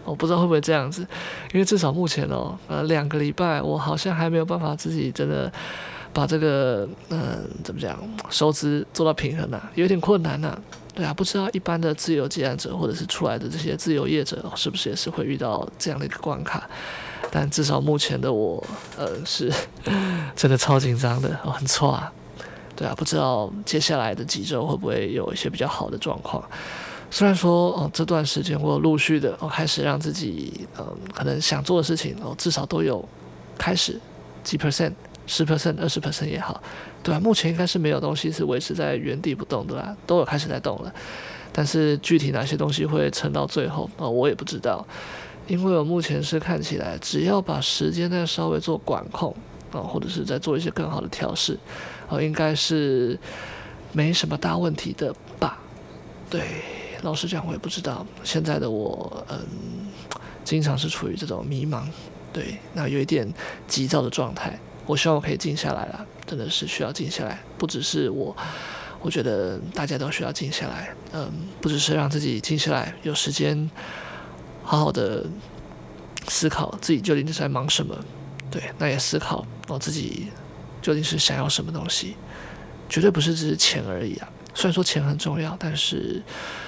我不知道会不会这样子，因为至少目前哦，呃，两个礼拜我好像还没有办法自己真的把这个嗯、呃、怎么讲收支做到平衡啊，有点困难啊。对啊，不知道一般的自由接案者或者是出来的这些自由业者、哦、是不是也是会遇到这样的一个关卡？但至少目前的我，呃，是真的超紧张的，哦、很错啊。对啊，不知道接下来的几周会不会有一些比较好的状况。虽然说哦，这段时间我有陆续的哦开始让自己嗯、呃、可能想做的事情哦至少都有开始几 percent。十 percent、二十 percent 也好，对啊，目前应该是没有东西是维持在原地不动的啦，都有开始在动了。但是具体哪些东西会撑到最后哦，我也不知道，因为我目前是看起来，只要把时间再稍微做管控啊、哦，或者是再做一些更好的调试，哦，应该是没什么大问题的吧？对，老实讲，我也不知道。现在的我，嗯，经常是处于这种迷茫，对，那有一点急躁的状态。我希望我可以静下来了，真的是需要静下来，不只是我，我觉得大家都需要静下来，嗯，不只是让自己静下来，有时间好好的思考自己究竟是在忙什么，对，那也思考我自己究竟是想要什么东西，绝对不是只是钱而已啊。虽然说钱很重要，但是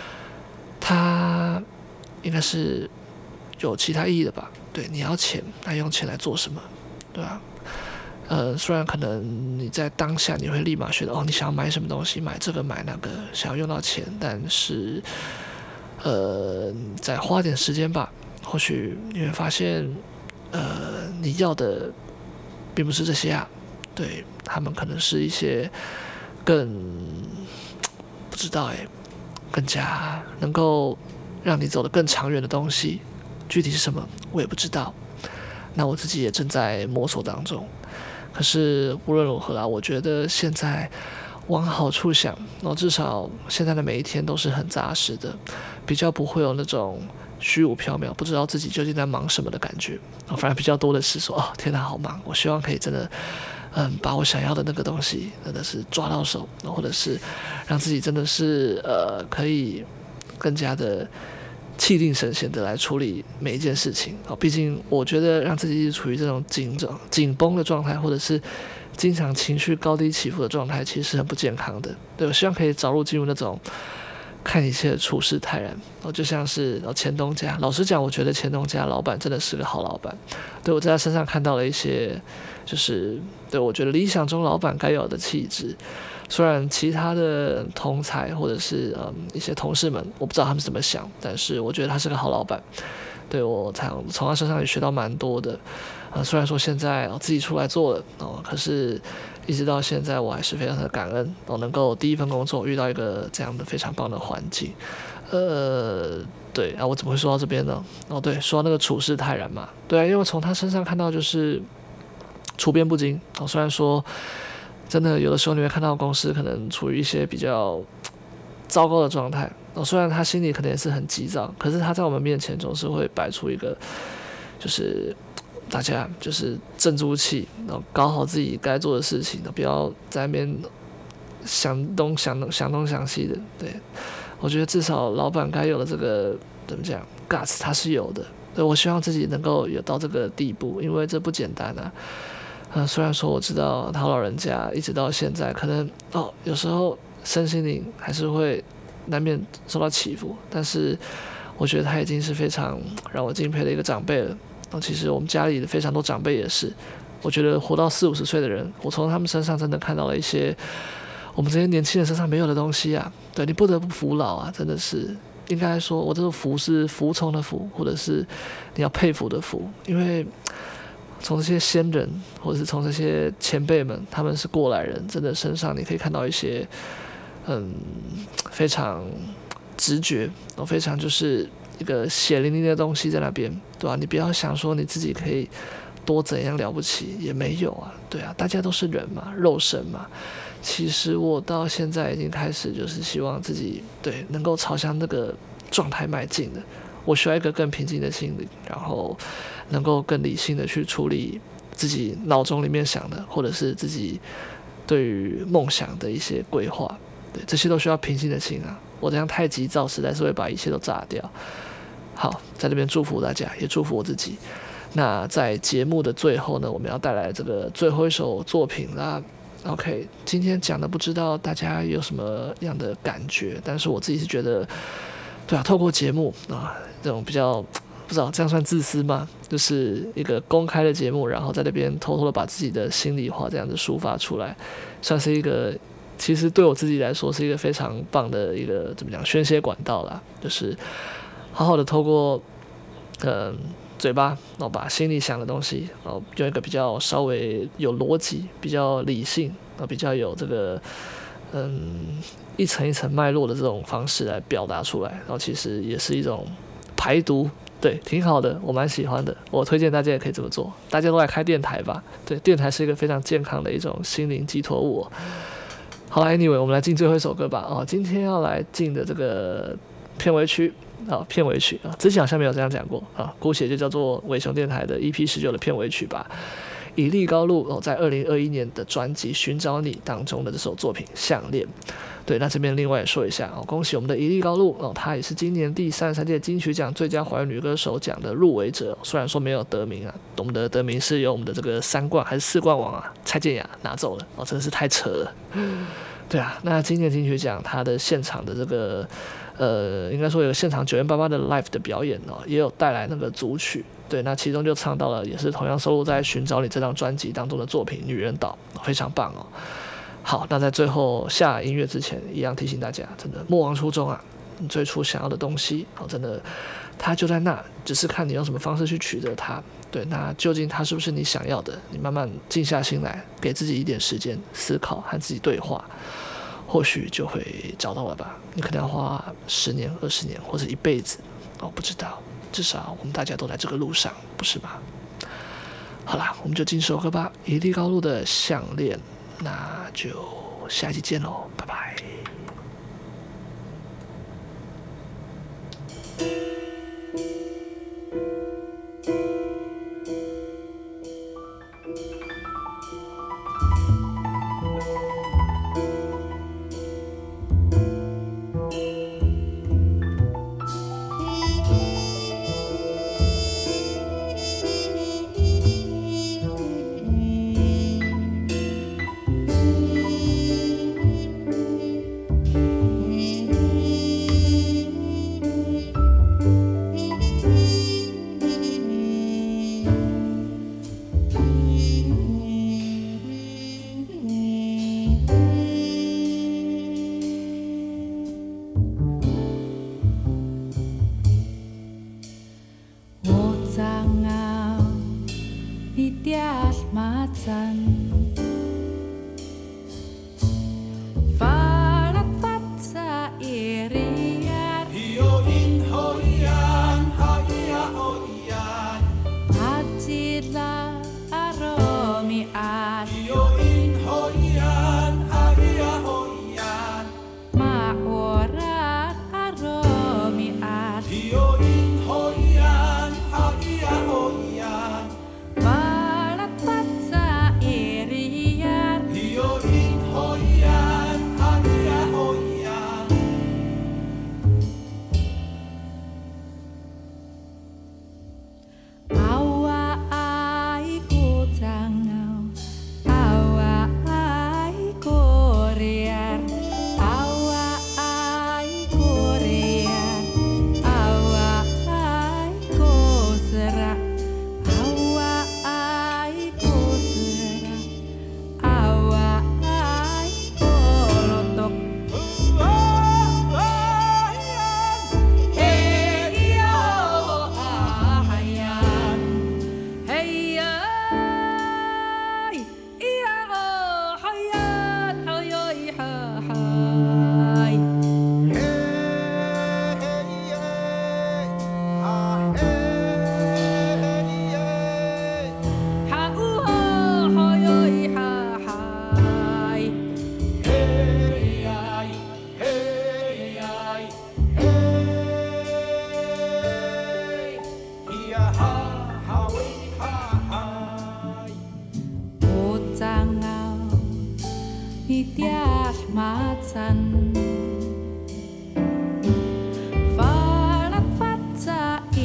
它应该是有其他意义的吧？对，你要钱，那用钱来做什么？对吧？呃，虽然可能你在当下你会立马觉得哦，你想要买什么东西，买这个买那个，想要用到钱，但是，呃，再花点时间吧，或许你会发现，呃，你要的并不是这些啊，对，他们可能是一些更不知道哎，更加能够让你走得更长远的东西，具体是什么我也不知道，那我自己也正在摸索当中。可是无论如何啦，我觉得现在往好处想，然后至少现在的每一天都是很扎实的，比较不会有那种虚无缥缈，不知道自己究竟在忙什么的感觉。反而比较多的是说，哦，天哪，好忙！我希望可以真的，嗯，把我想要的那个东西真的是抓到手，或者是让自己真的是呃，可以更加的气定神闲的来处理每一件事情啊，毕竟我觉得让自己一直处于这种紧张、紧绷的状态，或者是经常情绪高低起伏的状态，其实是很不健康的。对，我希望可以早日进入那种看一切处事泰然哦，就像是哦前东家。老实讲，我觉得前东家老板真的是个好老板。对，我在他身上看到了一些，就是对我觉得理想中老板该有的气质。虽然其他的同才或者是嗯一些同事们，我不知道他们是怎么想，但是我觉得他是个好老板，对我才从他身上也学到蛮多的。呃，虽然说现在、哦、自己出来做了哦，可是一直到现在我还是非常的感恩哦，能够第一份工作遇到一个这样的非常棒的环境。呃，对啊，我怎么会说到这边呢？哦，对，说到那个处事泰然嘛，对啊，因为我从他身上看到就是处变不惊哦，虽然说。真的，有的时候你会看到公司可能处于一些比较糟糕的状态哦。虽然他心里可能也是很急躁，可是他在我们面前总是会摆出一个，就是大家就是镇住气，然后搞好自己该做的事情，不要在那边想东想东想东想西的。对，我觉得至少老板该有的这个怎么讲 guts 他是有的。对，我希望自己能够有到这个地步，因为这不简单啊。呃，虽然说我知道他老人家一直到现在，可能哦有时候身心灵还是会难免受到起伏，但是我觉得他已经是非常让我敬佩的一个长辈了。哦，其实我们家里的非常多长辈也是，我觉得活到四五十岁的人，我从他们身上真的看到了一些我们这些年轻人身上没有的东西啊。对，你不得不服老啊，真的是应该说，我这个服是服从的服，或者是你要佩服的服，因为。从这些先人，或者是从这些前辈们，他们是过来人，真的身上你可以看到一些，嗯，非常直觉，非常就是一个血淋淋的东西在那边，对吧？你不要想说你自己可以多怎样了不起，也没有啊，对啊，大家都是人嘛，肉身嘛。其实我到现在已经开始就是希望自己对能够朝向那个状态迈进的。我需要一个更平静的心灵，然后能够更理性的去处理自己脑中里面想的，或者是自己对于梦想的一些规划。对，这些都需要平静的心啊！我这样太急躁，实在是会把一切都炸掉。 好，在这边祝福大家，也祝福我自己。那在节目的最后呢，我们要带来这个最后一首作品啦。OK， 今天讲的不知道大家有什么样的感觉，但是我自己是觉得，对啊，透过节目啊，这种比较不知道这样算自私吗？就是一个公开的节目，然后在那边偷偷的把自己的心里话这样子抒发出来，算是一个。其实对我自己来说是一个非常棒的一个怎么讲宣泄管道啦，就是好好的透过嗯嘴巴，然后把心里想的东西，然后用一个比较稍微有逻辑、比较理性、然后比较有这个嗯一层一层脉络的这种方式来表达出来，然后其实也是一种排毒。对，挺好的，我蛮喜欢的，我推荐大家也可以这么做，大家都来开电台吧。对，电台是一个非常健康的一种心灵寄托物哦。好了 ，Anyway， 我们来进最后一首歌吧。哦，今天要来进的这个片尾曲，啊，片尾曲啊，之前好像没有这样讲过啊，姑且就叫做伟雄电台的 E P 十九的片尾曲吧。以利高露哦，在二零二一年的专辑《寻找你》当中的这首作品《项链》。对，那这边另外也说一下哦，恭喜我们的以利高露哦，她也是今年第三十三届金曲奖最佳华语女歌手奖的入围者，虽然说没有得名啊，我们的得名是由我们的这个三冠还是四冠王啊蔡健雅拿走了哦，真的是太扯了。对啊，那今年金曲奖她的现场的这个呃，应该说有个现场九零八八的 live 的表演哦，也有带来那个组曲。对，那其中就唱到了，也是同样收录在《寻找你》这张专辑当中的作品《女人岛》，非常棒哦。好，那在最后下音乐之前，一样提醒大家，真的莫忘初衷啊！你最初想要的东西，哦，真的，它就在那，只是看你用什么方式去取得它。对，那究竟它是不是你想要的？你慢慢静下心来，给自己一点时间思考和自己对话，或许就会找到了吧。你可能要花十年、二十年，或者一辈子，哦，不知道。至少我们大家都在这个路上，不是吗？好啦，我们就进首歌吧，以利高露的项链，那就下期见喽，拜拜。 Falat fatsa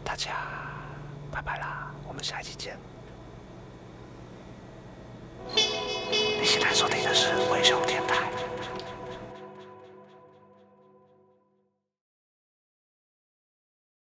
大家拜拜啦，我们下一期见。你现在收听的是微熊电台。